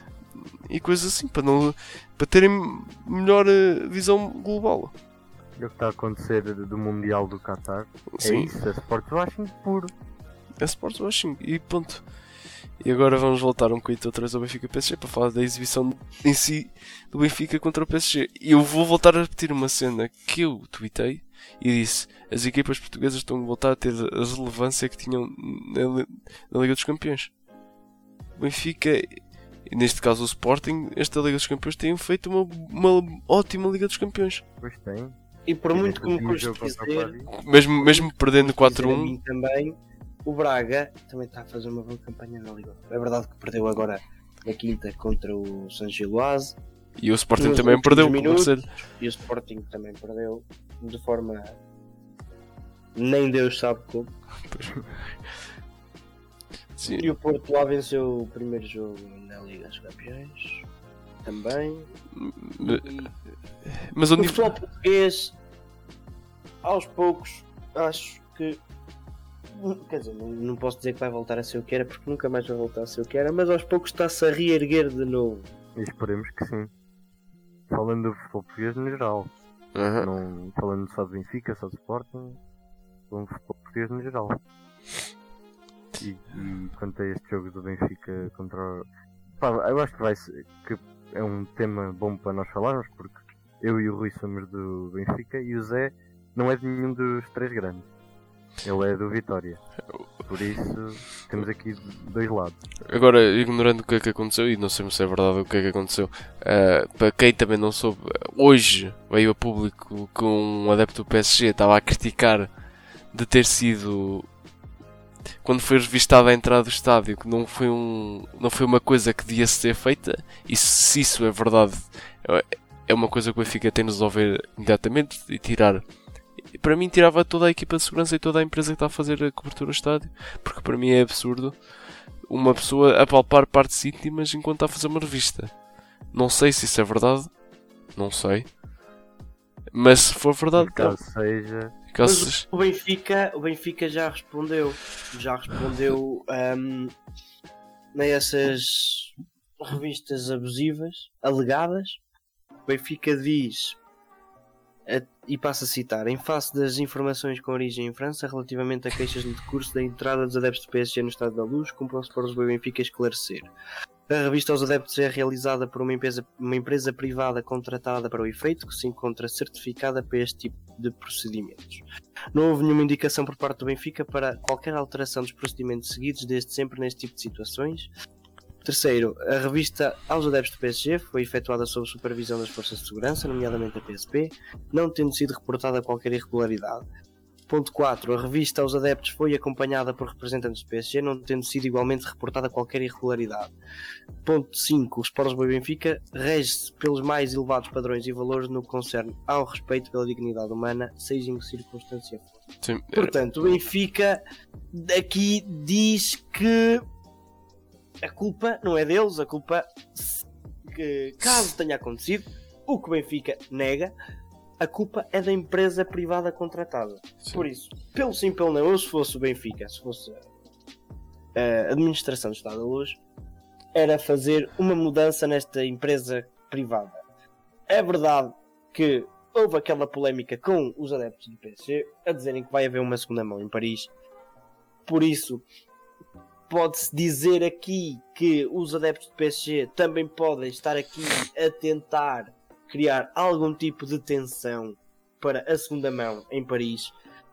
e coisas assim, para, não, para terem melhor visão global. É o que está a acontecer do Mundial do Qatar. Sim. É isso, é sport washing puro. É sport washing e ponto. E agora vamos voltar um bocadinho outra vez ao Benfica P S G para falar da exibição em si do Benfica contra o P S G. E eu vou voltar a repetir uma cena que eu tuitei e disse: as equipas portuguesas estão a voltar a ter a relevância que tinham na, na Liga dos Campeões. O Benfica, e neste caso o Sporting, esta Liga dos Campeões tem feito uma, uma ótima Liga dos Campeões. Pois tem. E por E muito que me nesse custe jogo contra o dizer, Paris, Mesmo, mesmo perdendo dizer quatro a a um, mim também, o Braga também está a fazer uma boa campanha na Liga. É verdade que perdeu agora na quinta contra o San Giloase. e o Sporting Nos também últimos perdeu. minutos, Por ser. E o Sporting também perdeu de forma. Nem Deus sabe como. Sim. E o Porto lá venceu o primeiro jogo na Liga dos Campeões. Também. Mas O onde... futebol português, aos poucos, acho que. Quer dizer, não, não posso dizer que vai voltar a ser o que era, porque nunca mais vai voltar a ser o que era, mas aos poucos está-se a reerguer de novo. e esperemos que sim. Falando do futebol português no geral. Uhum. Não falando só de Benfica, só de Sporting. Falando de futebol português no geral. E, e quanto a este jogo do Benfica contra o... Pá, eu acho que vai ser, que é um tema bom para nós falarmos, porque eu e o Rui somos do Benfica e o Zé não é de nenhum dos três grandes. Ele é do Vitória. Por isso temos aqui dois lados. Agora, ignorando o que é que aconteceu, e não sei se é verdade o que é que aconteceu, uh, para quem também não soube, hoje veio a público que um adepto do P S G estava a criticar de ter sido, quando foi revistada a entrada do estádio, que não foi, um, não foi uma coisa que devia ser feita, e se isso é verdade, é uma coisa que o Benfica tem de resolver imediatamente e tirar. E para mim tirava toda a equipa de segurança e toda a empresa que está a fazer a cobertura do estádio, porque para mim é absurdo uma pessoa apalpar partes íntimas enquanto está a fazer uma revista. Não sei se isso é verdade, não sei, mas se for verdade, Caso seja, Mas o Benfica, o Benfica já respondeu. Já respondeu um, nessas revistas abusivas, alegadas. O Benfica diz, e passa a citar, em face das informações com origem em França relativamente a queixas de curso da entrada dos adeptos do P S G no Estádio da Luz, cumpre-se para o Benfica esclarecer. A revista aos adeptos é realizada por uma empresa, uma empresa privada contratada para o efeito, que se encontra certificada para este tipo de procedimentos. Não houve nenhuma indicação por parte do Benfica para qualquer alteração dos procedimentos seguidos desde sempre neste tipo de situações. Terceiro, a revista aos adeptos do P S G foi efetuada sob supervisão das forças de segurança, nomeadamente a P S P, não tendo sido reportada qualquer irregularidade. Ponto quatro. A revista aos adeptos foi acompanhada por representantes do P S G, não tendo sido igualmente reportada qualquer irregularidade. Ponto cinco. O Sport Lisboa e Benfica rege-se pelos mais elevados padrões e valores no que concerne ao respeito pela dignidade humana, seja em que circunstância for. Sim. Portanto, o Benfica aqui diz que a culpa não é deles, a culpa, que, caso tenha acontecido, o que o Benfica nega, a culpa é da empresa privada contratada. Sim. Por isso, pelo sim, pelo não, eu se fosse o Benfica, se fosse a administração do Estado da Luz, era fazer uma mudança nesta empresa privada. É verdade que houve aquela polémica com os adeptos do P S G a dizerem que vai haver uma segunda mão em Paris. Por isso, pode-se dizer aqui que os adeptos do P S G também podem estar aqui a tentar criar algum tipo de tensão para a segunda mão em Paris,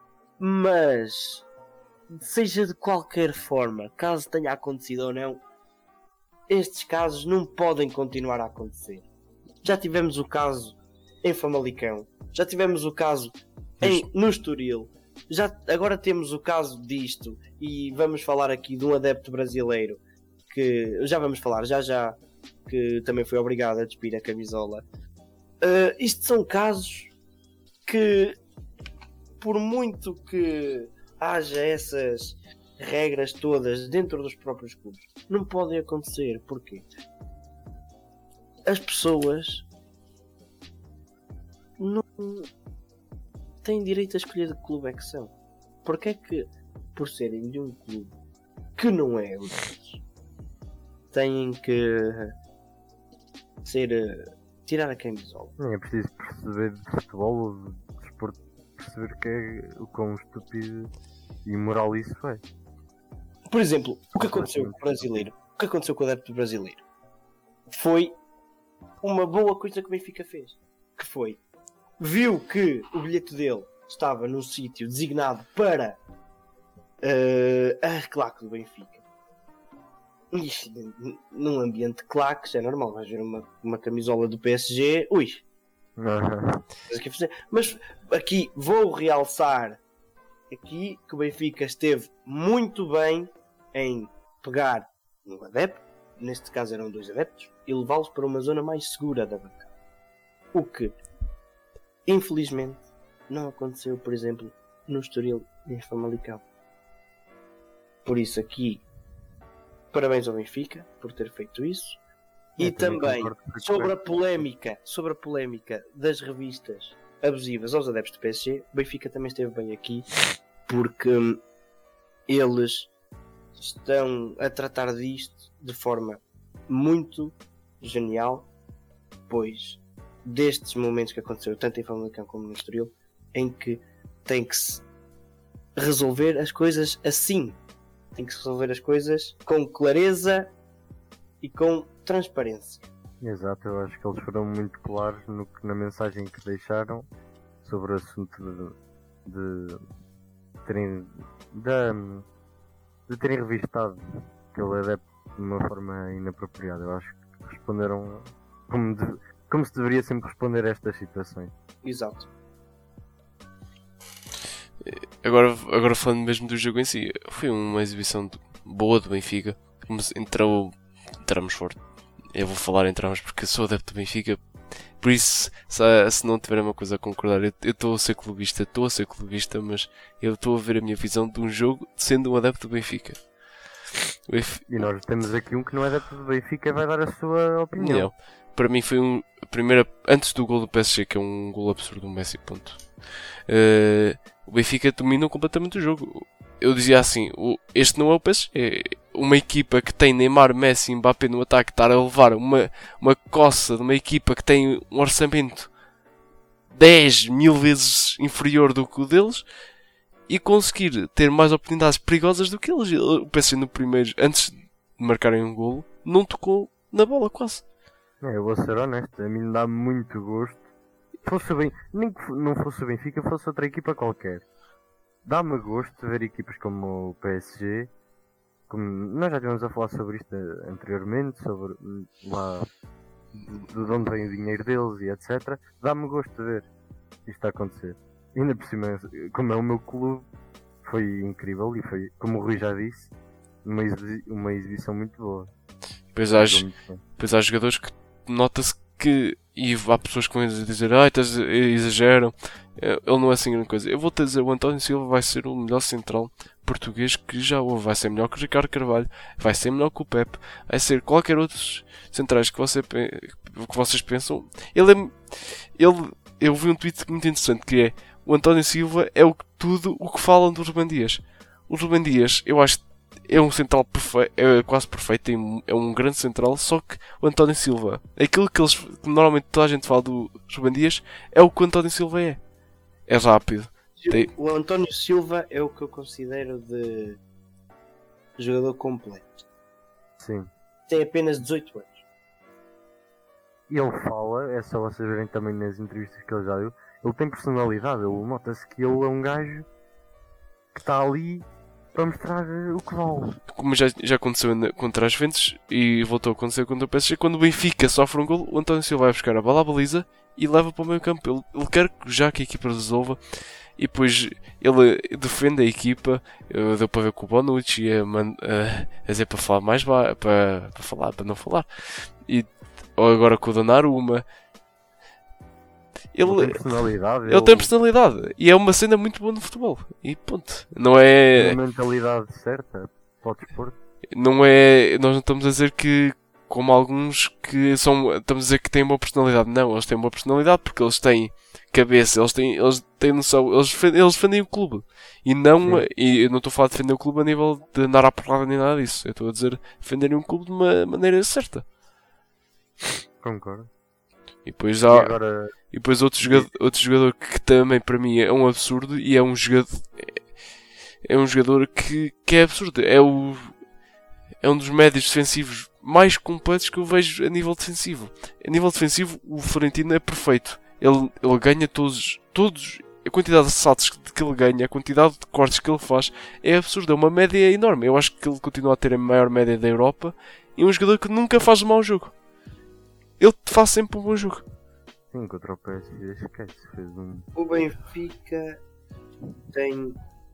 mas seja de qualquer forma, caso tenha acontecido ou não, estes casos não podem continuar a acontecer. Já tivemos o caso em Famalicão, já tivemos o caso em, no Estoril, já, agora temos o caso disto, e vamos falar aqui de um adepto brasileiro que já vamos falar, já já, que também foi obrigado a despir a camisola. Uh, isto são casos que, por muito que haja essas regras todas dentro dos próprios clubes, não podem acontecer. Porquê? As pessoas não têm direito a escolher de que clube é que são. Porque é que, por serem de um clube que não é o deles, têm que ser... tirar a camisola? Nem é preciso perceber de futebol ou de desporto, perceber que é o quão estúpido e imoral isso é. Por exemplo, o que aconteceu com o brasileiro? O que aconteceu com o adepto brasileiro? Foi uma boa coisa que o Benfica fez. Que foi, viu que o bilhete dele estava num sítio designado para uh, a claque do Benfica. Ixi, num ambiente de claques é normal, vais ver uma, uma camisola do P S G, ui. Uhum. Mas aqui vou realçar aqui que o Benfica esteve muito bem em pegar um adepto, neste caso eram dois adeptos, e levá-los para uma zona mais segura da bancada. O que, infelizmente, não aconteceu, por exemplo, no Estoril e em Famalicão. Por isso aqui, parabéns ao Benfica por ter feito isso. E também sobre a polémica, sobre a polémica das revistas abusivas aos adeptos do P S G, o Benfica também esteve bem aqui, porque hum, eles estão a tratar disto de forma muito genial, pois destes momentos que aconteceram tanto em Famalicão como no Estoril, em que tem que se resolver as coisas assim. Tem que se resolver as coisas com clareza e com transparência. Exato, eu acho que eles foram muito claros no que, na mensagem que deixaram sobre o assunto de, de terem de, de terem revistado aquele adepto de uma forma inapropriada. Eu acho que responderam como, de, como se deveria sempre responder a estas situações. Exato. Agora, agora falando mesmo do jogo em si, foi uma exibição boa do Benfica. Entrou, entramos forte. Eu vou falar entramos porque sou adepto do Benfica. Por isso, se, se não tiver uma coisa a concordar, eu estou a ser clubista, estou a ser clubista, mas eu estou a ver a minha visão de um jogo sendo um adepto do Benfica. E nós temos aqui um que não é adepto do Benfica e vai dar a sua opinião. Não. Para mim foi um, a primeira, antes do gol do P S G, que é um gol absurdo do Messi, ponto. Uh, O Benfica dominou completamente o jogo. Eu dizia assim, o, este não é o P S G. É uma equipa que tem Neymar, Messi e Mbappé no ataque, estar a levar uma, uma coça de uma equipa que tem um orçamento dez mil vezes inferior do que o deles e conseguir ter mais oportunidades perigosas do que eles. O P S G no primeiro, antes de marcarem um golo, não tocou na bola quase. É, eu vou ser honesto, a mim dá muito gosto. Fosse bem, nem que não fosse o Benfica, fosse outra equipa qualquer. Dá-me gosto de ver equipas como o P S G. Como nós já estivemos a falar sobre isto anteriormente, sobre lá de onde vem o dinheiro deles e etcétera. Dá-me gosto de ver isto a acontecer. E ainda por cima, como é o meu clube, foi incrível e foi, como o Rui já disse, uma, exibi uma exibição muito boa. Depois há, depois há jogadores que nota-se que, e há pessoas que vão dizer, ah, exageram, ele não é assim grande coisa. Eu vou-te dizer, o António Silva vai ser o melhor central português que já houve, vai ser melhor que o Ricardo Carvalho, vai ser melhor que o Pepe, vai ser qualquer outro centrais que, você, que vocês pensam. Ele é, ele, eu vi um tweet muito interessante que é, o António Silva é o, tudo o que falam do Rubem Dias. O Rubem Dias, eu acho que é um central perfeito, é quase perfeito, é um grande central, só que o António Silva, aquilo que, eles, que normalmente toda a gente fala do Rubem Dias, é o que o António Silva é. É rápido. Tem... O António Silva é o que eu considero de jogador completo. Sim. Tem apenas dezoito anos. E ele fala, é só vocês verem também nas entrevistas que ele já deu, ele tem personalidade, ele nota-se que ele é um gajo que está ali para mostrar o que vale. Como já, já aconteceu contra as Juventus e voltou a acontecer contra o P S G, quando o Benfica sofre um gol, o António Silva vai buscar a bola à baliza e leva para o meio campo. Ele, ele quer já que a equipa resolva e depois ele defende a equipa. Eu, deu para ver com o Bonucci a, a, a dizer para falar mais para, para falar, para não falar. E ou agora com o Donnarumma. Ele, ele tem personalidade. Ele, ele tem personalidade e é uma cena muito boa no futebol. E ponto. Não é. Uma mentalidade certa para o desporto. Não é. Nós não estamos a dizer que, como alguns que são. Estamos a dizer que têm uma personalidade. Não, eles têm uma personalidade porque eles têm cabeça, eles têm, eles têm noção. Eles defendem, eles defendem o clube. E não. Sim. E eu não estou a falar de defender o clube a nível de andar à porrada nem nada disso. Eu estou a dizer defenderem um clube de uma maneira certa. Concordo. E depois há. E agora... E depois outro jogador, outro jogador que também para mim é um absurdo e é um jogador é um jogador que, que é absurdo. É, o, é um dos médios defensivos mais completos que eu vejo a nível defensivo. A nível defensivo o Florentino é perfeito. Ele, ele ganha todos, todos a quantidade de saltos que ele ganha, a quantidade de cortes que ele faz é absurda. É uma média enorme. Eu acho que ele continua a ter a maior média da Europa e é um jogador que nunca faz um mau jogo. Ele faz sempre um bom jogo. Sim, contra o P S G, esquece, fez um... O Benfica tem,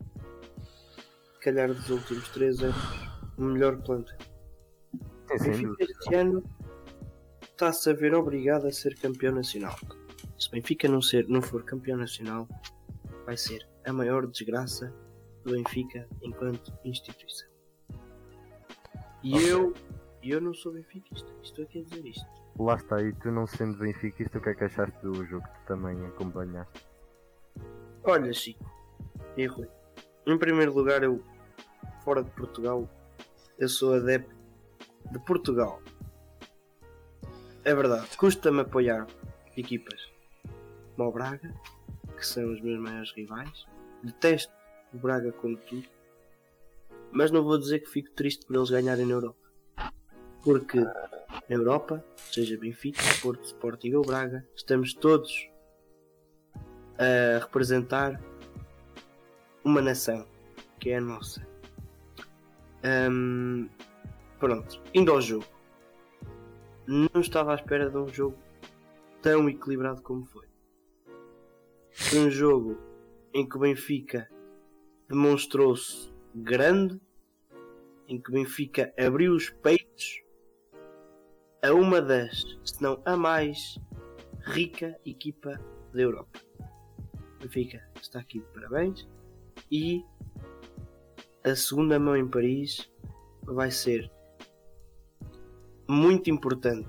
se calhar dos últimos três anos, o melhor plantel. O Benfica este ano está-se a ver obrigado a ser campeão nacional. Se o Benfica não, ser, não for campeão nacional, vai ser a maior desgraça do Benfica enquanto instituição. E okay. eu, eu não sou benfiquista, estou aqui a dizer isto. Lá está, e tu não sendo benfiquista, o que é que achaste do jogo que tu também acompanhaste? Olha, Chico e Rui, em primeiro lugar, eu, fora de Portugal, eu sou adepto de Portugal. É verdade, custa-me apoiar equipas como o Braga, que são os meus maiores rivais. Detesto o Braga como tudo, mas não vou dizer que fico triste por eles ganharem na Europa. Porque na Europa, seja Benfica, Porto, Sporting ou Braga, estamos todos a representar uma nação, que é a nossa. Um, pronto, indo ao jogo. Não estava à espera de um jogo tão equilibrado como foi. Foi um jogo em que o Benfica demonstrou-se grande, em que o Benfica abriu os peitos a uma das, se não a mais rica equipa da Europa. O Benfica está aqui de parabéns e a segunda mão em Paris vai ser muito importante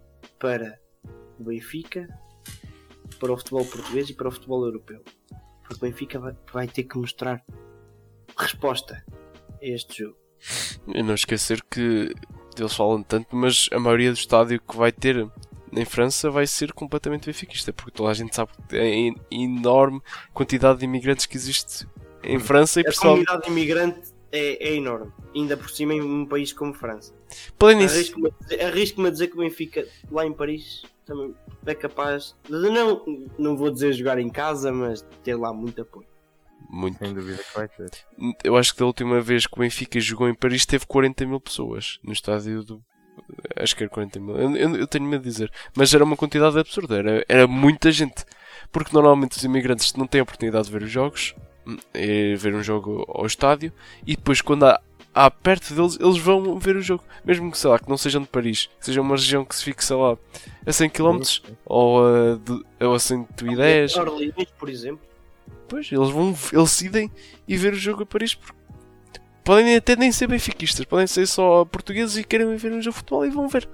para o Benfica, para o futebol português e para o futebol europeu. Porque o Benfica vai, vai ter que mostrar resposta a este jogo. E não esquecer que eles falam tanto, mas a maioria do estádio que vai ter em França vai ser completamente benfiquista, porque toda a gente sabe que é a enorme quantidade de imigrantes que existe em França e A comunidade imigrante é, é enorme, ainda por cima em um país como França. Podem Arrisco-me a dizer, arrisco-me a dizer que o Benfica lá em Paris também é capaz de não, não vou dizer jogar em casa, mas ter lá muito apoio. Muito. Sem dúvida que vai ter. Eu acho que da última vez que o Benfica jogou em Paris teve quarenta mil pessoas no estádio do. Acho que era quarenta mil. Eu, eu, eu tenho medo de dizer. Mas era uma quantidade absurda. Era, era muita gente. Porque normalmente os imigrantes não têm a oportunidade de ver os jogos. É ver um jogo ao estádio. E depois quando há, há perto deles, eles vão ver o jogo. Mesmo que, sei lá, que não sejam de Paris. Que seja uma região que se fique, sei lá, a cem quilómetros. Ou a, de, ou a cento e dez. Orleans, por exemplo. Pois, eles vão, eles decidem ir ver o jogo a Paris. Porque podem até nem ser benfiquistas. Podem ser só portugueses e querem ver um jogo de futebol e vão ver.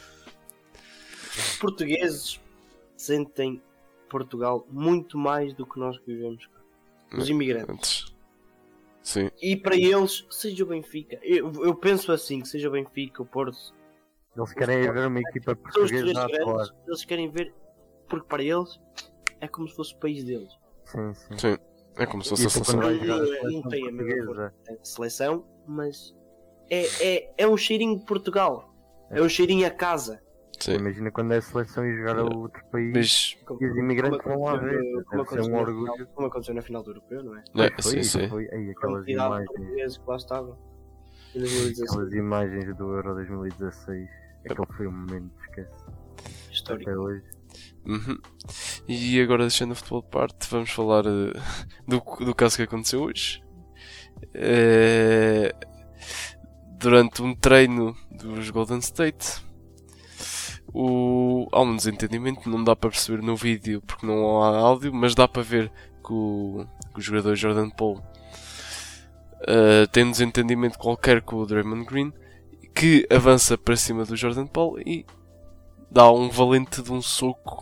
Os portugueses sentem Portugal muito mais do que nós que vivemos cá. Os imigrantes. Antes. Sim. E para eles, seja o Benfica. Eu, eu penso assim, que seja o Benfica, o Porto. Eles querem ir ver uma equipa São os portuguesa três a atuar. grandes, eles querem ver, porque para eles é como se fosse o país deles. Sim, sim. Sim. É como se fosse a Isso seleção. quando vai Não, jogar a não, seleção não tem a mesma portuguesa. seleção, mas é, é, é um cheirinho de Portugal. É um cheirinho a casa. Sim. Imagina quando é a seleção e jogar a outro país Mas. Como, e os imigrantes como vão lá aconteceu ver. no- como Deve ser aconteceu um na orgulho. final- Como aconteceu na final do Europeu, não é? É, Foi sim, isso, sim. foi. Aí, A aquelas quantidade de imagens. portugueses que lá estavam. Em dois mil e dezasseis. Aquelas imagens do Euro dois mil e dezasseis. Aquele foi um momento, esquece. Histórico. Até hoje. Uhum. E agora deixando o futebol de parte, vamos falar eh, do, do caso que aconteceu hoje. Eh, durante um treino dos Golden State, o, há um desentendimento, não dá para perceber no vídeo porque não há áudio, mas dá para ver que o, que o jogador Jordan Poole eh, tem um desentendimento qualquer com o Draymond Green, que avança para cima do Jordan Poole e dá um valente de um soco.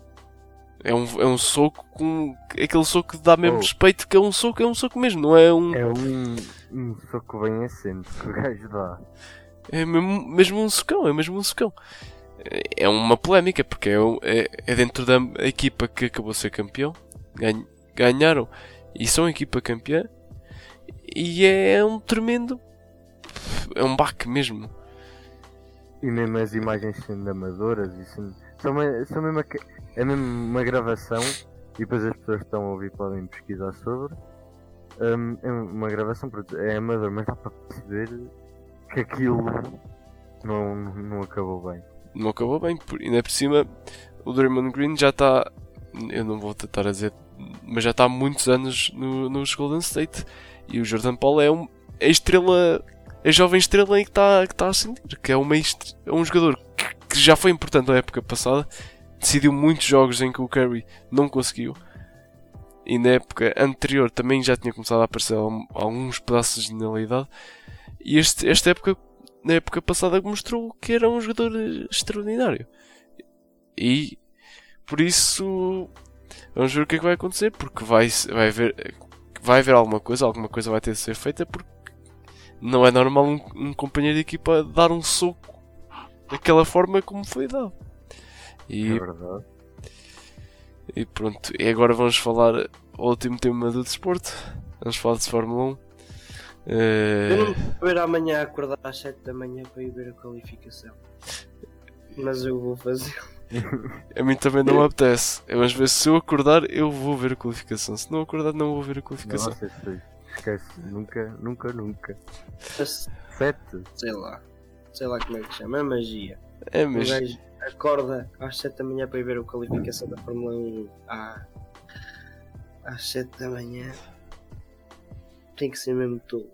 É um, é um soco com. Aquele soco que dá mesmo Oh. respeito, que é um soco, é um soco mesmo, não é um. É um, um soco bem assente que o gajo dá. É mesmo, mesmo um socão, é mesmo um socão. É uma polémica, porque é, um- é, é dentro da equipa que acabou de ser campeão. Ganha- Ganharam e são a equipa campeã. E é um tremendo. É um baque mesmo. E mesmo as imagens sendo amadoras e sendo, são, me- são mesmo, aque- é mesmo uma gravação e depois as pessoas que estão a ouvir podem pesquisar sobre. Hum, é uma gravação, pronto, é amador, mas dá para perceber que aquilo não, não acabou bem. Não acabou bem. por- Ainda por cima, o Draymond Green já está. Eu não vou tentar a dizer, mas já está há muitos anos no, nos Golden State. E o Jordan Poole é um, é a estrela. A jovem estrela em que está que tá a ascender. Que é, uma, estre- é um jogador que, que já foi importante na época passada. Decidiu muitos jogos em que o Curry não conseguiu. E na época anterior também já tinha começado a aparecer algum- alguns pedaços de genialidade. E este, esta época, na época passada, mostrou que era um jogador eh, extraordinário. E por isso vamos ver o que é que vai acontecer. Porque vai, vai, haver, vai haver alguma coisa, alguma coisa vai ter de ser feita. Porque não é normal um, um companheiro de equipa dar um soco daquela forma como foi dado. E, É verdade. e pronto, e agora vamos falar o último tema do desporto. Vamos falar de Fórmula um. Eh, Eu não vou ver amanhã acordar às sete da manhã para ir ver a qualificação. Mas eu vou fazer. A mim também não me apetece. Vamos ver, se eu acordar, eu vou ver a qualificação. Se não acordar, não vou ver a Não, qualificação. vocês dois. Esquece. Nunca, nunca, nunca. Mas, Sete? sei lá. Sei lá como é que chama. É magia. É O mesmo. gajo acorda às sete da manhã para ir ver a qualificação da Fórmula um. Ah, às sete da manhã. Tem que ser mesmo tudo.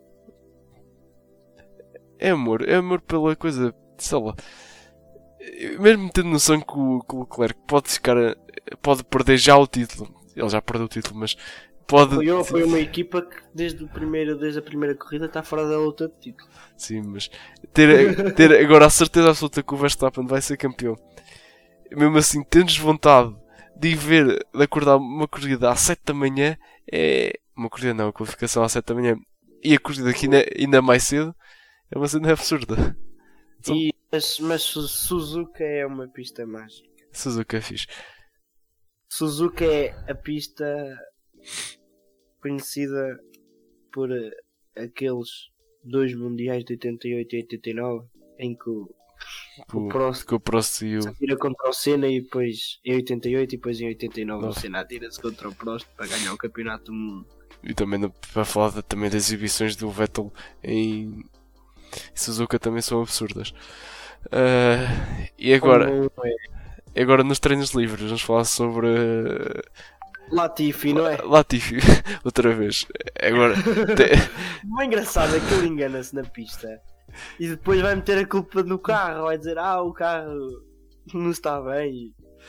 É amor, é amor pela coisa, sei lá. Mesmo tendo noção que o, que o Leclerc pode ficar, a- pode perder já o título. Ele já perdeu o título, mas pode. Foi, foi uma equipa que desde, o primeiro, desde a primeira corrida está fora da luta de título. Sim, mas ter, ter agora a certeza absoluta que o Verstappen vai ser campeão. Mesmo assim, tens vontade de ir ver, de acordar uma corrida às sete da manhã, é. Uma corrida não, a qualificação às sete da manhã e a corrida aqui ainda, ainda mais cedo, é uma cena absurda. E, mas, mas Su- Suzuka é uma pista mágica. Suzuka é fixe. Suzuka é a pista conhecida por eh, aqueles dois mundiais de oitenta e oito e oitenta e nove em que o, o Prost Com o Prost e o. se atira contra o Senna e depois em oitenta e oito e depois em oitenta e nove o Nossa. Senna atira-se contra o Prost para ganhar o campeonato do mundo. E também no- para falar de- também das exibições do Vettel em Suzuka também são absurdas. Ah, e agora, Como é e agora nos treinos livres vamos falar sobre uh, Latifi, não é? Latifi outra vez. Agora te- O engraçado é que ele engana-se na pista e depois vai meter a culpa no carro, vai dizer ah o carro não está bem.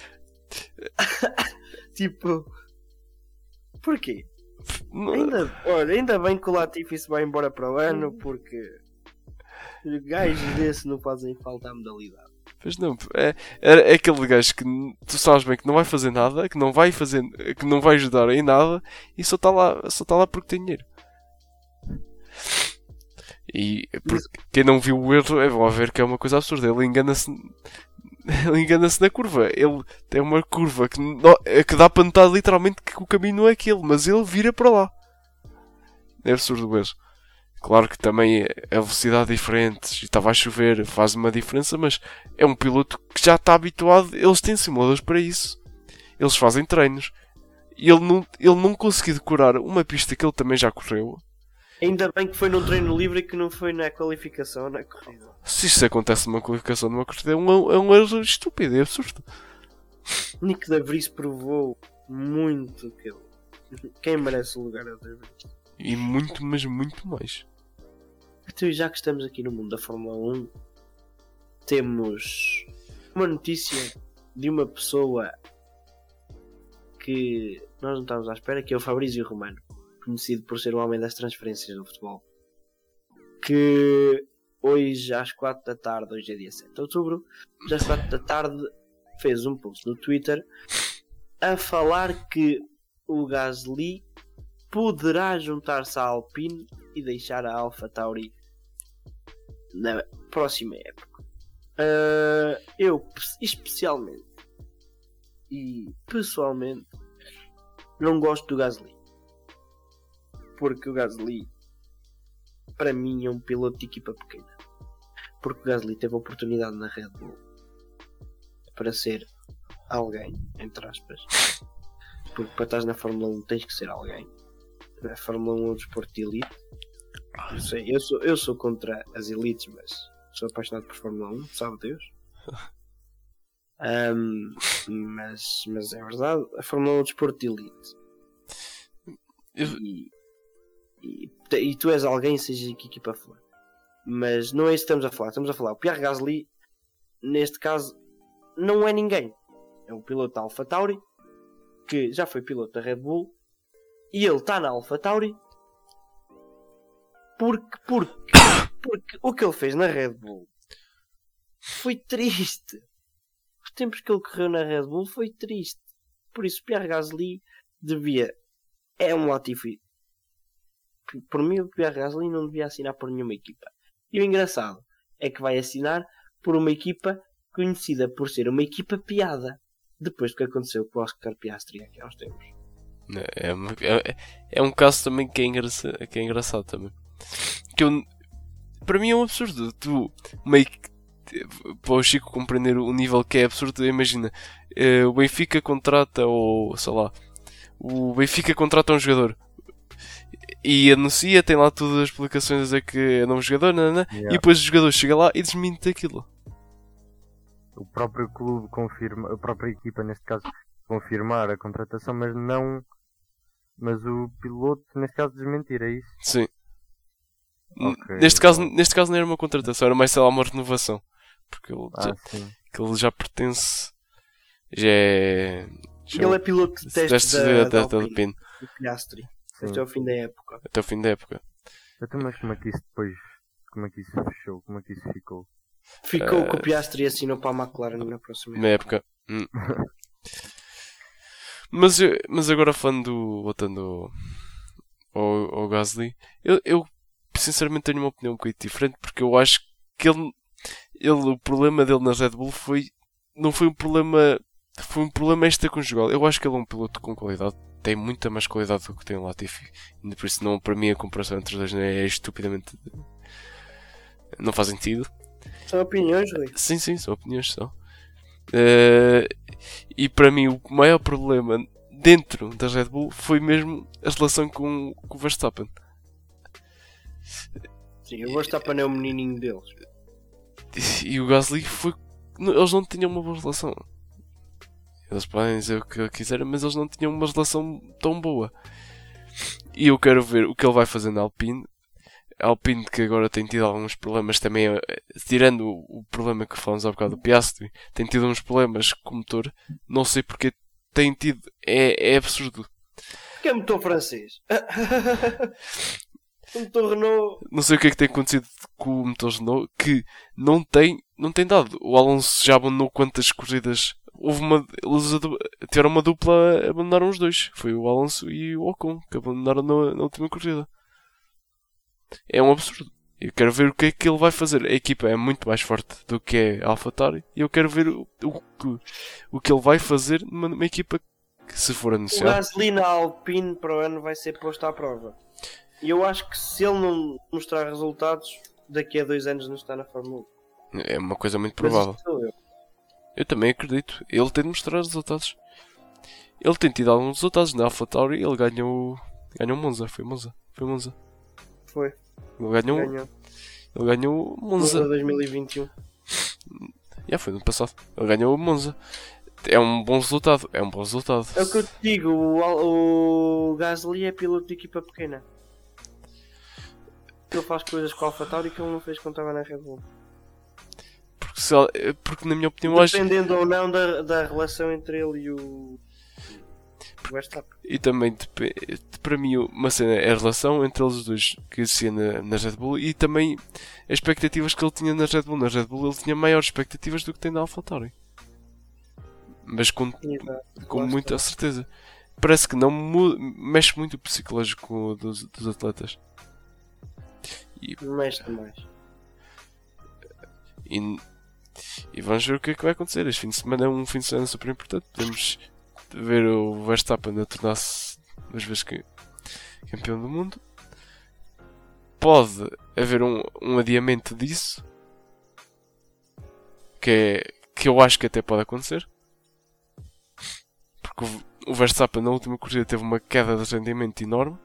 Tipo, porquê? Ainda, olha, ainda bem que o Latifi se vai embora para o ano porque gajos desse não fazem falta à modalidade. Pois não, é, é, é aquele gajo que n- tu sabes bem que não vai fazer nada, que não vai fazer, que não vai ajudar em nada e só está lá, só está lá porque tem dinheiro. E porque quem não viu o erro é bom ver que é uma coisa absurda. Ele engana-se, ele engana-se na curva. Ele tem uma curva que, no- que dá para notar literalmente que o caminho não é aquele, mas ele vira para lá. É absurdo o erro. Claro que também a velocidade diferente, e estava a chover, faz uma diferença, mas é um piloto que já está habituado, eles têm simuladores para isso. Eles fazem treinos. E ele não, ele não conseguiu decorar uma pista que ele também já correu. Ainda bem que foi num treino livre e que não foi na qualificação, na corrida. Se isto acontece numa qualificação de uma corrida, é um, é um erro estúpido, é absurdo. Nick de Vries provou muito que ele... quem merece o lugar é o De Vries. E muito, mas muito mais. Então, já que estamos aqui no mundo da Fórmula um, temos uma notícia de uma pessoa que nós não estávamos à espera, que é o Fabrício Romano, conhecido por ser o homem das transferências do futebol, que hoje às quatro da tarde, hoje é dia sete de outubro, hoje às quatro da tarde fez um post no Twitter a falar que o Gasly poderá juntar-se à Alpine e deixar a AlphaTauri na próxima época. Uh, eu especialmente e pessoalmente não gosto do Gasly, porque o Gasly para mim é um piloto de equipa pequena, porque o Gasly teve a oportunidade na Red Bull para ser alguém, entre aspas, porque para estar na Fórmula um tens que ser alguém. A Fórmula um é um desporto de elite. Eu, sei, eu, sou, eu sou contra as elites, mas sou apaixonado por Fórmula um, sabe Deus. Um, mas, mas é verdade, a Fórmula um é um desporto de elite. E, e, e tu és alguém, seja que equipa for. Mas não é isso que estamos a falar. Estamos a falar. O Pierre Gasly, neste caso, não é ninguém. É um piloto da AlphaTauri, que já foi piloto da Red Bull. E ele está na AlphaTauri porque, porque, porque o que ele fez na Red Bull foi triste. Os tempos que ele correu na Red Bull foi triste. Por isso Pierre Gasly devia... É um Latifi. Por mim o Pierre Gasly não devia assinar por nenhuma equipa. E o engraçado é que vai assinar por uma equipa conhecida por ser uma equipa piada. Depois do que aconteceu com o Oscar Piastri aqui há uns tempos. É, uma- é, é um caso também que é, engraça, que é engraçado também. Que eu, para mim é um absurdo. Tu, meio que, para o Chico compreender o nível que é absurdo, imagina, eh, o Benfica contrata, ou sei lá, o Benfica contrata um jogador e anuncia, tem lá todas as explicações a dizer que é novo jogador, nanana, Yeah. e depois o jogador chega lá e desmente aquilo. O próprio clube confirma, a própria equipa neste caso, confirmar a contratação, mas não. Mas o piloto, neste caso, desmentir, é isso? Sim. Ok, neste, caso, então. neste caso não era uma contratação, era mais sei lá uma renovação. Porque ele já, Ah, sim. que ele já pertence. Já é. Já Ele é piloto de teste testes da, da, da, da, da Alpine, Alpine, do Piastri. Sim. Até ao fim da época. até o fim da época. Então, mas como é que isso depois. Como é que isso fechou? Como é que isso ficou? Ficou Eh, com o Piastri e assinou para a McLaren na próxima Na época. época. Hum. Mas, eu, mas agora falando do, voltando ao, ao, ao Gasly, eu, eu sinceramente tenho uma opinião um bocadinho diferente, porque eu acho que ele, ele, o problema dele na Red Bull foi, não foi um problema, foi um problema extraconjugal. Eu acho que ele é um piloto com qualidade, tem muita mais qualidade do que tem o Latifi, e por isso não, para mim a comparação entre os dois é estupidamente, não faz sentido. São opiniões, Rui. Sim, sim, são opiniões, são. Uh, e para mim o maior problema dentro da Red Bull foi mesmo a relação com, com o Verstappen. Sim, o Verstappen é o menininho deles. E o Gasly foi. Eles não tinham uma boa relação. Eles podem dizer o que quiserem, mas eles não tinham uma relação tão boa. E eu quero ver o que ele vai fazer na Alpine. A Alpine que agora tem tido alguns problemas também, tirando o problema que falamos há bocado do Piastri, tem tido uns problemas com o motor, não sei porque tem tido, é, é absurdo. Que é motor francês? O motor Renault. Não sei o que é que tem acontecido com o motor Renault, que não tem, não tem dado. O Alonso já abandonou quantas corridas, houve uma, eles tiveram uma dupla, abandonaram os dois, foi o Alonso e o Ocon, que abandonaram na, na última corrida. É um absurdo. Eu quero ver o que é que ele vai fazer. A equipa é muito mais forte do que é a AlphaTauri. E eu quero ver o, o, o que ele vai fazer numa, numa equipa que, se for anunciado... O Gasly na Alpine para o ano vai ser posto à prova. E eu acho que se ele não mostrar resultados, daqui a dois anos não está na Fórmula um. É uma coisa muito provável. Mas sou eu. Eu também acredito. Ele tem de mostrar resultados. Ele tem tido alguns resultados na AlphaTauri. Ele ganhou... Ganhou Monza. Foi Monza. Foi Monza. Foi. Ele ganhou... Ganhou. Ele ganhou Monza. Monza dois mil e vinte e um. Já foi no ano passado. Ele ganhou o Monza. É um bom resultado. É um bom resultado. É o que eu te digo. O, o Gasly é piloto de equipa pequena. Ele faz coisas com a AlphaTauri que ele não fez quando estava na Red Bull. Porque, se ele- porque na minha opinião, eu acho... Dependendo ou não da, da relação entre ele e o, o Verstappen. E também, depe- para mim, uma cena é a relação entre eles dois que existia na, na Red Bull e também as expectativas que ele tinha na Red Bull. Na Red Bull ele tinha maiores expectativas do que tem na AlphaTauri. Mas com, Exato. com Lá muita está. certeza. Parece que não mu- mexe muito o psicológico dos, dos atletas. E, Mexe mais. e, e vamos ver o que é que vai acontecer. Este fim de semana é um fim de semana super importante. Podemos ver o Verstappen a tornar-se duas vezes que- campeão do mundo. Pode haver um, um adiamento disso, que, é, que eu acho que até pode acontecer, porque o, o Verstappen na última corrida teve uma queda de rendimento enorme.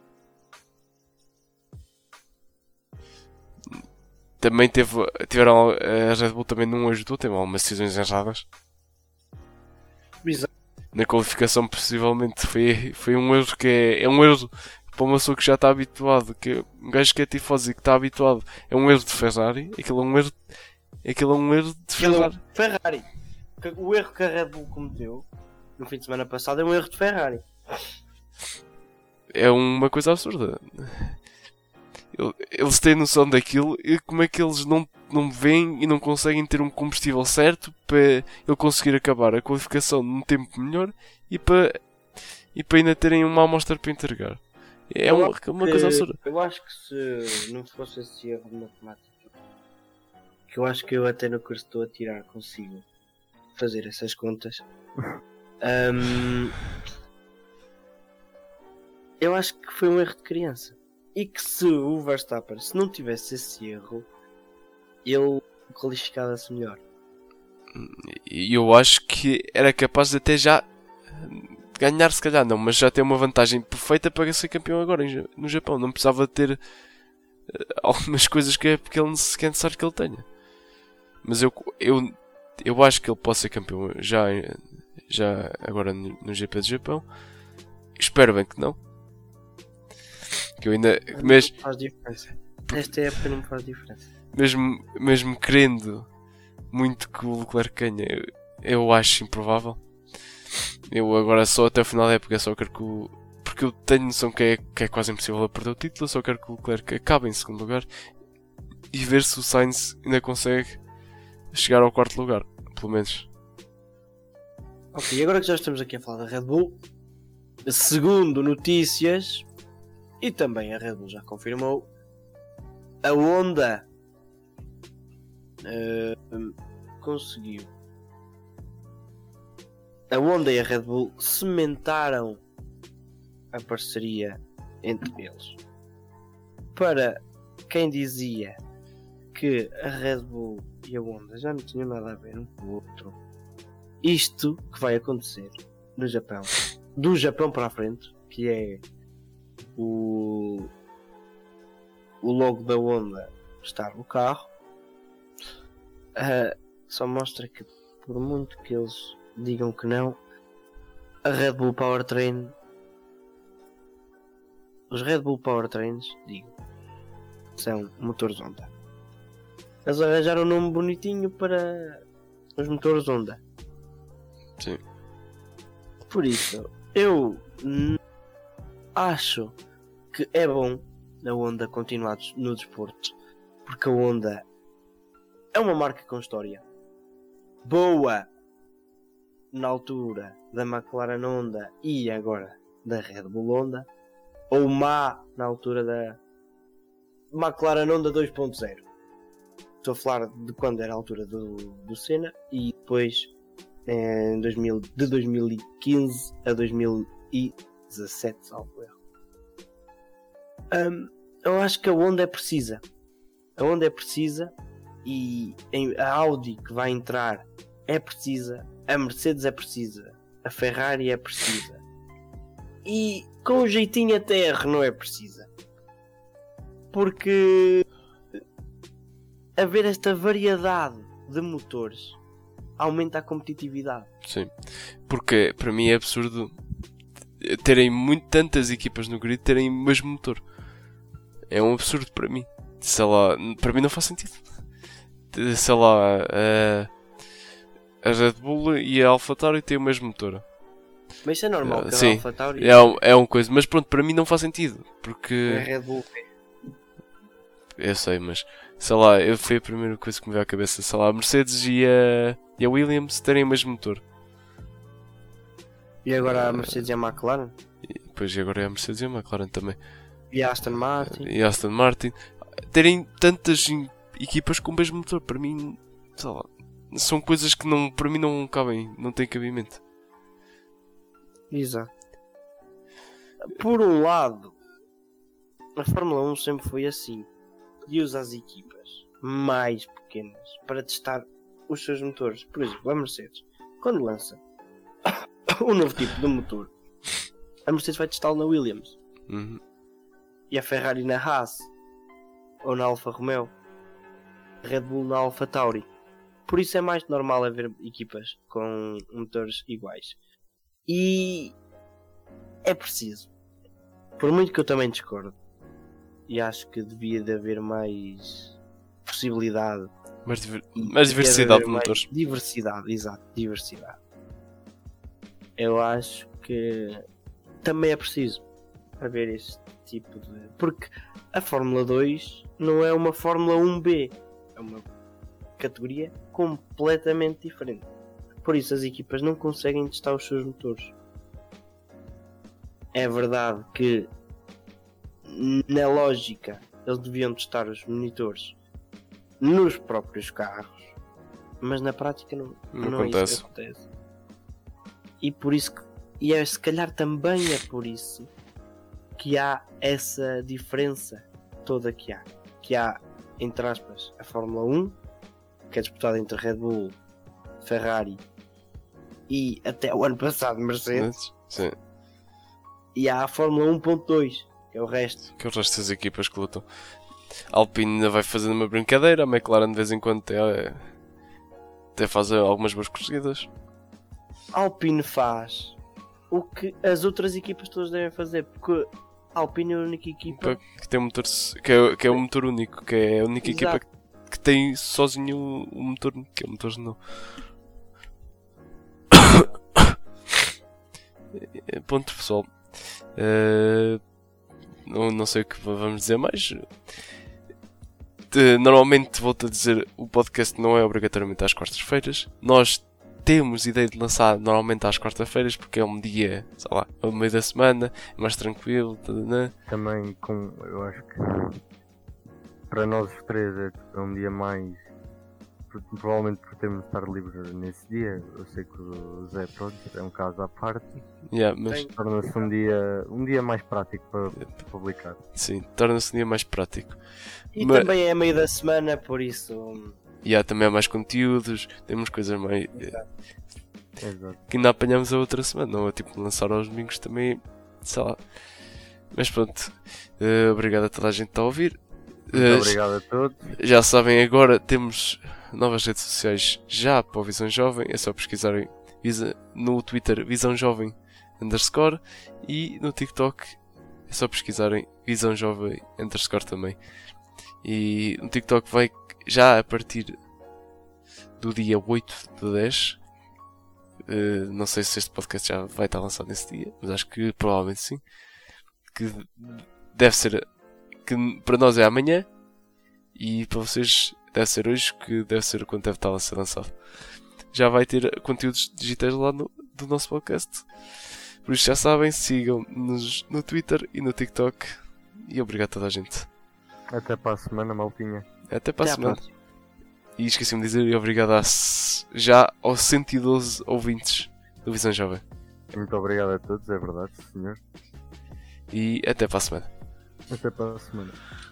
Também teve, tiveram, a Red Bull também não ajudou, teve algumas decisões erradas. Exato. Na qualificação possivelmente foi, foi um erro que é, é um erro para uma pessoa que já está habituado, que um gajo que é tifoso e que está habituado, é um erro de Ferrari, aquilo é um erro, aquilo é um erro de Ferrari. Ferrari. O erro que a Red Bull cometeu no fim de semana passado é um erro de Ferrari. É uma coisa absurda. Eles têm noção daquilo e como é que eles não, não veem e não conseguem ter um combustível certo para ele conseguir acabar a qualificação num tempo melhor e para, e para ainda terem uma amostra para entregar. É Eu uma, acho uma que- coisa absurda. Eu acho que se não fosse esse erro de matemática, que eu acho que eu até no curso estou a tirar consigo fazer essas contas. Hum, eu acho que foi um erro de criança. E que se o Verstappen, se não tivesse esse erro, ele qualificava-se melhor. E eu acho que era capaz de até já ganhar, se calhar não, mas já ter uma vantagem perfeita para ser campeão agora em Ja- no Japão. Não precisava ter eh, algumas coisas que é porque ele sequer é necessário que ele tenha. Mas eu, eu, eu acho que ele pode ser campeão já, já agora no, no G P do Japão. Espero bem que não. Que eu ainda, mas, Não faz diferença. Nesta época não faz diferença. mesmo, mesmo querendo muito que o Leclerc ganhe, eu, eu acho improvável. Eu agora só até o final da época só quero que o... Porque eu tenho noção que é, que é quase impossível ele perder o título, eu só quero que o Leclerc acabe em segundo lugar e ver se o Sainz ainda consegue chegar ao quarto lugar, pelo menos. Ok, agora que já estamos aqui a falar da Red Bull, segundo notícias, e também a Red Bull já confirmou, a Honda uh, conseguiu. A Honda e a Red Bull cimentaram a parceria entre eles. Para quem dizia que a Red Bull e a Honda já não tinham nada a ver um com o outro, isto que vai acontecer no Japão, do Japão para a frente, que é o, o logo da Honda estar no carro, uh, só mostra que por muito que eles digam que não, a Red Bull Powertrain, os Red Bull Powertrains, digo, são motores Honda. Eles arranjaram um nome bonitinho para os motores Honda. Sim. Por isso, eu n- acho que é bom a Honda continuar no desporto, porque a Honda é uma marca com história boa na altura da McLaren Honda e agora da Red Bull Honda, ou má na altura da McLaren Honda dois ponto zero. Estou a falar de quando era a altura do, do Senna e depois em dois mil, de dois mil e quinze a dois mil e dezassete, salvo erro. Um, eu acho que a Honda é precisa. A Honda é precisa e a Audi que vai entrar é precisa, a Mercedes é precisa, a Ferrari é precisa e com um jeitinho até a Renault é precisa, porque haver esta variedade de motores aumenta a competitividade. Sim, porque para mim é absurdo terem muito, tantas equipas no grid terem o mesmo motor. É um absurdo para mim. Sei lá, para mim não faz sentido. Sei lá, a, a Red Bull e a AlphaTauri têm o mesmo motor. Mas isso é normal, que sim, a AlphaTauri é, um, é uma coisa, mas pronto, para mim não faz sentido. Porque a Red Bull eu sei, mas sei lá, eu, foi a primeira coisa que me veio à cabeça. Sei lá, a Mercedes e a, e a Williams terem o mesmo motor. e agora a Mercedes e a McLaren E depois agora é a Mercedes e a McLaren também. e a Aston Martin. E a Aston Martin. Terem tantas equipas com o mesmo motor, para mim, sei lá, são coisas que não, para mim não cabem, não têm cabimento. Exato. Por um lado, a Fórmula um sempre foi assim e usa as equipas mais pequenas para testar os seus motores. Por exemplo, a Mercedes, quando lança um novo tipo de motor, a Mercedes vai testá-lo na Williams. Uhum. E a Ferrari na Haas ou na Alfa Romeo, a Red Bull na AlphaTauri. Por isso é mais normal haver equipas com motores iguais. E é preciso. Por muito que eu também discordo, e acho que devia de haver mais possibilidade, Mais, diver... e mais devia diversidade haver de mais motores. Diversidade, exato, diversidade. Eu acho que também é preciso haver este tipo de... Porque a Fórmula dois não é uma Fórmula um B, é uma categoria completamente diferente. Por isso as equipas não conseguem testar os seus motores. É verdade que na lógica eles deviam testar os monitores nos próprios carros, mas na prática não, Não não acontece. é isso que acontece. E por isso que, e é, se calhar também é por isso que há essa diferença toda que há. Que há, entre aspas, a Fórmula um, que é disputada entre Red Bull, Ferrari e até o ano passado Mercedes, Sim. e há a Fórmula um ponto dois, que é o resto. Que o resto das equipas que lutam. A Alpine ainda vai fazendo uma brincadeira, a McLaren de vez em quando até, até faz algumas boas corridas. A Alpine faz o que as outras equipas todas devem fazer, porque a Alpine é a única equipa Que tem um motor, que é, que é um motor único, que é a única Exato. equipa que, que tem sozinho o motor, que é o motor não. Ponto, pessoal. Uh, não, não sei o que vamos dizer mais. De, normalmente, volto a dizer, o podcast não é obrigatoriamente às quartas-feiras. Nós temos ideia de lançar normalmente às quarta-feiras, porque é um dia, sei lá, é o meio da semana, é mais tranquilo. Tadana. Também com, eu acho que para nós os três é, é um dia mais, provavelmente por termos de estar livres nesse dia. Eu sei que o Zé, pronto, é um caso à parte. Yeah, mas Tem- Torna-se um dia, um dia mais prático para publicar. sim, torna-se um dia mais prático. E Mas- também é meio da semana, por isso. E há também há mais conteúdos, temos coisas mais. Exato. que ainda apanhamos a outra semana, não é tipo lançar aos domingos também, sei lá. Mas pronto, eh, obrigado a toda a gente que está a ouvir. Muito Eh, obrigado a todos. Já sabem, agora temos novas redes sociais já para o Visão Jovem, é só pesquisarem Visa- no Twitter Visão Jovem underscore e no TikTok é só pesquisarem Visão Jovem underscore também. E no TikTok vai já a partir do dia oito de dez. Uh, não sei se este podcast já vai estar lançado nesse dia, mas acho que provavelmente sim. Que deve ser, que para nós é amanhã e para vocês deve ser hoje, que deve ser quando deve estar a ser lançado. Já vai ter conteúdos digitais lá no, do nosso podcast. Por isso já sabem, sigam-nos no Twitter e no TikTok. E obrigado a toda a gente. Até para a semana, maltinha. Até para a Até à semana. próxima. E esqueci-me de dizer e obrigado a, já aos cento e doze ouvintes do Visão Jovem. Muito obrigado a todos, é verdade, senhor. E até para a semana. Até para a semana.